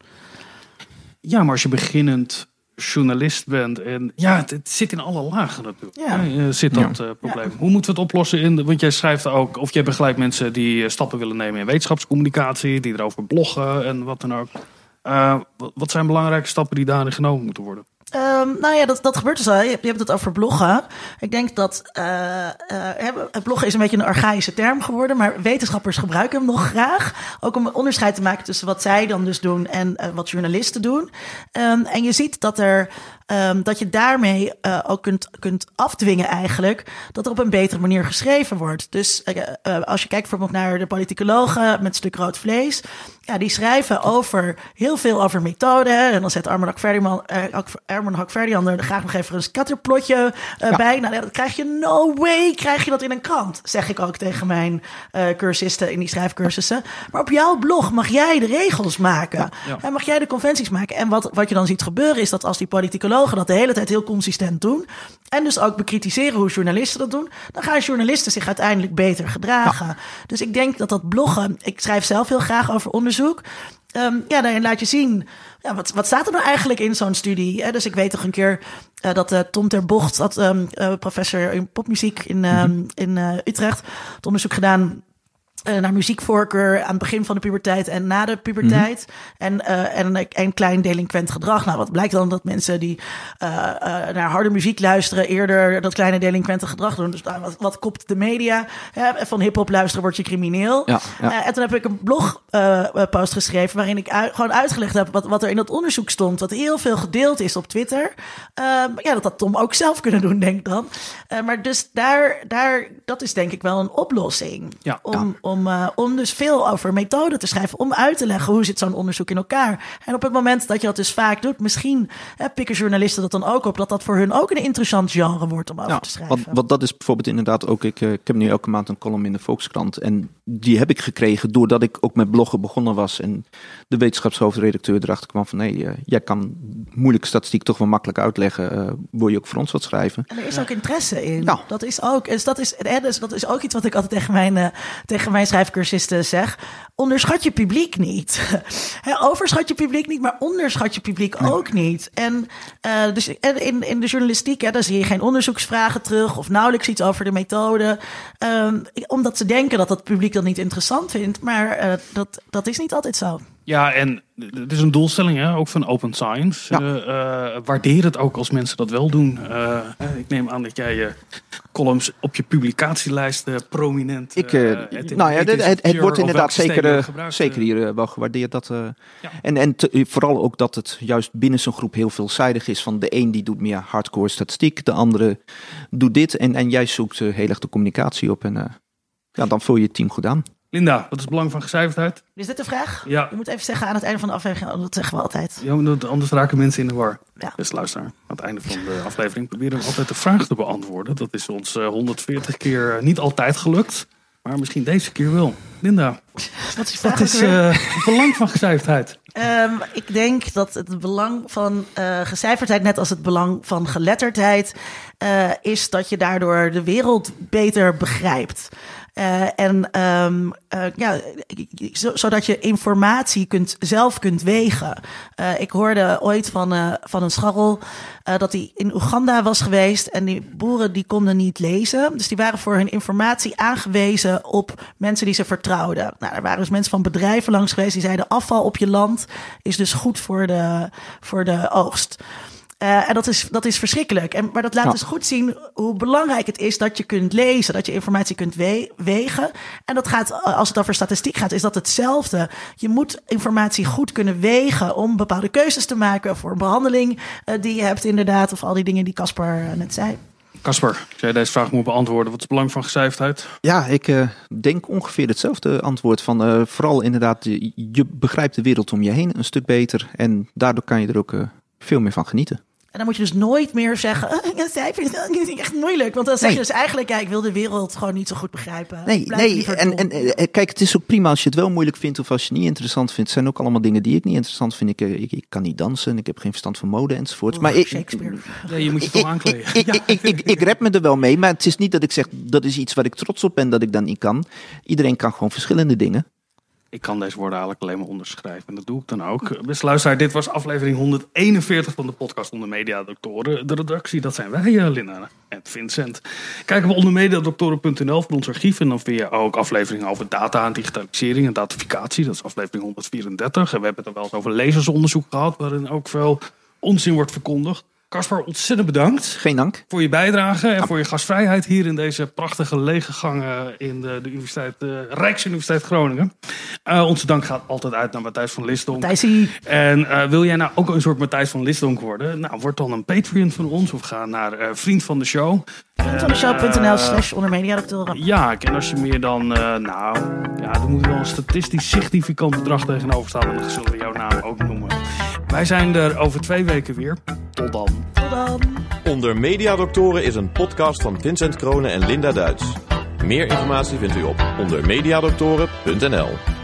Ja, maar als je beginnend journalist bent en ja, het, het zit in alle lagen natuurlijk. Ja. Ja, zit dat uh, probleem. Hoe moeten we het oplossen in de, want jij schrijft ook, of jij begeleidt mensen die uh, stappen willen nemen in wetenschapscommunicatie, die erover bloggen en wat dan ook. Uh, wat, wat zijn belangrijke stappen die daarin genomen moeten worden? Um, nou ja, dat, dat gebeurt dus al. Je hebt, je hebt het over bloggen. Ik denk dat uh, uh, het bloggen is een beetje een archaïsche term geworden, maar wetenschappers gebruiken hem nog graag. Ook om een onderscheid te maken tussen wat zij dan dus doen en uh, wat journalisten doen. Um, en je ziet dat er Um, dat je daarmee uh, ook kunt, kunt afdwingen eigenlijk dat er op een betere manier geschreven wordt. Dus uh, uh, als je kijkt bijvoorbeeld naar de politicologen met stuk rood vlees, ja, die schrijven over heel veel over methode. En dan zet Armand Hakverdian uh, Hakverdian er graag nog even een scatterplotje uh, ja. bij. Nou, dat krijg je no way, krijg je dat in een krant, zeg ik ook tegen mijn uh, cursisten in die schrijfcursussen. Maar op jouw blog mag jij de regels maken. Ja, ja. En mag jij de conventies maken. En wat, wat je dan ziet gebeuren is dat als die politicologen dat de hele tijd heel consistent doen en dus ook bekritiseren hoe journalisten dat doen, dan gaan journalisten zich uiteindelijk beter gedragen. Ja. Dus ik denk dat dat bloggen, ik schrijf zelf heel graag over onderzoek. Um, ja, dan laat je zien, ja, wat, wat staat er nou eigenlijk in zo'n studie? Hè? Dus ik weet toch een keer uh, dat uh, Tom ter Bocht, dat um, uh, professor in popmuziek in, um, mm-hmm. in uh, Utrecht, het onderzoek gedaan Uh, naar muziekvoorkeur aan het begin van de puberteit en na de puberteit. Mm-hmm. En, uh, en een klein delinquent gedrag. Nou, wat blijkt dan dat mensen die uh, uh, naar harde muziek luisteren eerder dat kleine delinquente gedrag doen. Dus uh, wat, wat kopt de media? Uh, van hiphop luisteren word je crimineel. Ja, ja. Uh, en toen heb ik een blogpost uh, geschreven waarin ik u- gewoon uitgelegd heb wat, wat er in dat onderzoek stond. Wat heel veel gedeeld is op Twitter. Uh, ja, dat had Tom ook zelf kunnen doen, denk ik dan. Uh, maar dus daar, daar, dat is denk ik wel een oplossing. Ja, om, ja. om Om, uh, om dus veel over methoden te schrijven. Om uit te leggen hoe zit zo'n onderzoek in elkaar. En op het moment dat je dat dus vaak doet. Misschien hè, pikken journalisten dat dan ook op. Dat dat voor hun ook een interessant genre wordt om over ja, te schrijven. Want, want dat is bijvoorbeeld inderdaad ook. Ik, uh, ik heb nu elke maand een column in de Volkskrant. En die heb ik gekregen doordat ik ook met bloggen begonnen was. En de wetenschapshoofdredacteur erachter kwam van. Nee, uh, jij kan moeilijke statistiek toch wel makkelijk uitleggen. Uh, wil je ook voor ons wat schrijven? En er is ook interesse in. Nou. Dat is ook. Dus dat, is, dus dat is ook iets wat ik altijd tegen mijn, uh, tegen mijn schrijfcursisten zeg. Onderschat je publiek niet. He, overschat je publiek niet, maar onderschat je publiek nee. ook niet. En uh, dus en in, in de journalistiek, hè, daar zie je geen onderzoeksvragen terug of nauwelijks iets over de methode. Um, omdat ze denken dat het publiek dat niet interessant vindt. Maar uh, dat, dat is niet altijd zo. Ja, en het is een doelstelling, hè, ook van Open Science. Ja. Uh, uh, waardeer het ook als mensen dat wel doen. Uh, ik neem aan dat jij je columns op je publicatielijst uh, prominent... Ik, uh, uh, het, nou ja, het, het, het wordt inderdaad zeker, uh, zeker hier uh, wel gewaardeerd. Dat, uh, ja. En, en te, vooral ook dat het juist binnen zo'n groep heel veelzijdig is. Van de een die doet meer hardcore statistiek, de andere doet dit. En, en jij zoekt uh, heel erg de communicatie op. En uh, ja, dan vul je het team goed aan. Linda, wat is het belang van gecijferdheid? Is dit de vraag? Ja. Je moet even zeggen aan het einde van de aflevering, dat zeggen we altijd. Ja, anders raken mensen in de war. Ja. Dus luister, aan het einde van de aflevering proberen we altijd de vraag te beantwoorden. Dat is ons uh, honderdveertig keer niet altijd gelukt, maar misschien deze keer wel. Linda, wat is, wat is uh, het belang van gecijferdheid? Um, ik denk dat het belang van uh, gecijferdheid, net als het belang van geletterdheid, uh, is dat je daardoor de wereld beter begrijpt. Uh, en um, uh, ja, zo, zodat je informatie kunt, zelf kunt wegen. Uh, ik hoorde ooit van, uh, van een scharrel uh, dat hij in Oeganda was geweest. En die boeren die konden niet lezen. Dus die waren voor hun informatie aangewezen op mensen die ze vertrouwden. Nou, er waren dus mensen van bedrijven langs geweest die zeiden: afval op je land is dus goed voor de, voor de oogst. Uh, en dat is, dat is verschrikkelijk. En, maar dat laat ja. dus goed zien hoe belangrijk het is dat je kunt lezen, dat je informatie kunt we- wegen. En dat gaat, als het over statistiek gaat, is dat hetzelfde. Je moet informatie goed kunnen wegen om bepaalde keuzes te maken voor een behandeling uh, die je hebt inderdaad. Of al die dingen die Caspar uh, net zei. Caspar, als jij deze vraag moet beantwoorden, wat is het belang van gecijferdheid? Ja, ik uh, denk ongeveer hetzelfde antwoord. Van uh, vooral inderdaad, je, je begrijpt de wereld om je heen een stuk beter. En daardoor kan je er ook uh, veel meer van genieten. En dan moet je dus nooit meer zeggen, oh, ja, cijfers, dat is echt moeilijk. Want dan zeg nee. je dus eigenlijk, ja, ik wil de wereld gewoon niet zo goed begrijpen. Nee, nee. En, en, en kijk, het is ook prima als je het wel moeilijk vindt of als je het niet interessant vindt. Het zijn ook allemaal dingen die ik niet interessant vind. Ik, ik, ik kan niet dansen, ik heb geen verstand van mode enzovoort. Oh, maar ik, Shakespeare. Ja, je moet je toch aankleden. Ik, ja. ik, ik, ik, ik rap me er wel mee, maar het is niet dat ik zeg, dat is iets waar ik trots op ben dat ik dan niet kan. Iedereen kan gewoon verschillende dingen. Ik kan deze woorden eigenlijk alleen maar onderschrijven. En dat doe ik dan ook. Beste luisteraar, dit was aflevering honderdeenenveertig van de podcast Onder Mediadoktoren. De redactie, dat zijn wij, Linda en Vincent. Kijk op ondermediadoktoren punt n l voor ons archief. En dan vind je ook afleveringen over data en digitalisering en dataficatie. Dat is aflevering honderdvierendertig. En we hebben het er wel eens over lezersonderzoek gehad, waarin ook veel onzin wordt verkondigd. Caspar, ontzettend bedankt. Geen dank. Voor je bijdrage en ja. voor je gastvrijheid hier in deze prachtige lege gangen in de, de, universiteit, de Rijksuniversiteit Groningen. Uh, onze dank gaat altijd uit naar Matthijs van Lisdonk. Matthijsie. En uh, wil jij nou ook een soort Matthijs van Lisdonk worden? Nou, word dan een Patreon van ons of ga naar uh, Vriend van de Show. vriend van de show punt n l slash ondermediadoktoren. Ja, en als je meer dan, uh, nou, ja, er moet wel een statistisch significant bedrag tegenover staan. En dan zullen we jouw naam ook noemen. Wij zijn er over twee weken weer. Tot dan. Tot dan. Onder Mediadoktoren is een podcast van Vincent Kroonen en Linda Duits. Meer informatie vindt u op onder mediadoktoren punt n l.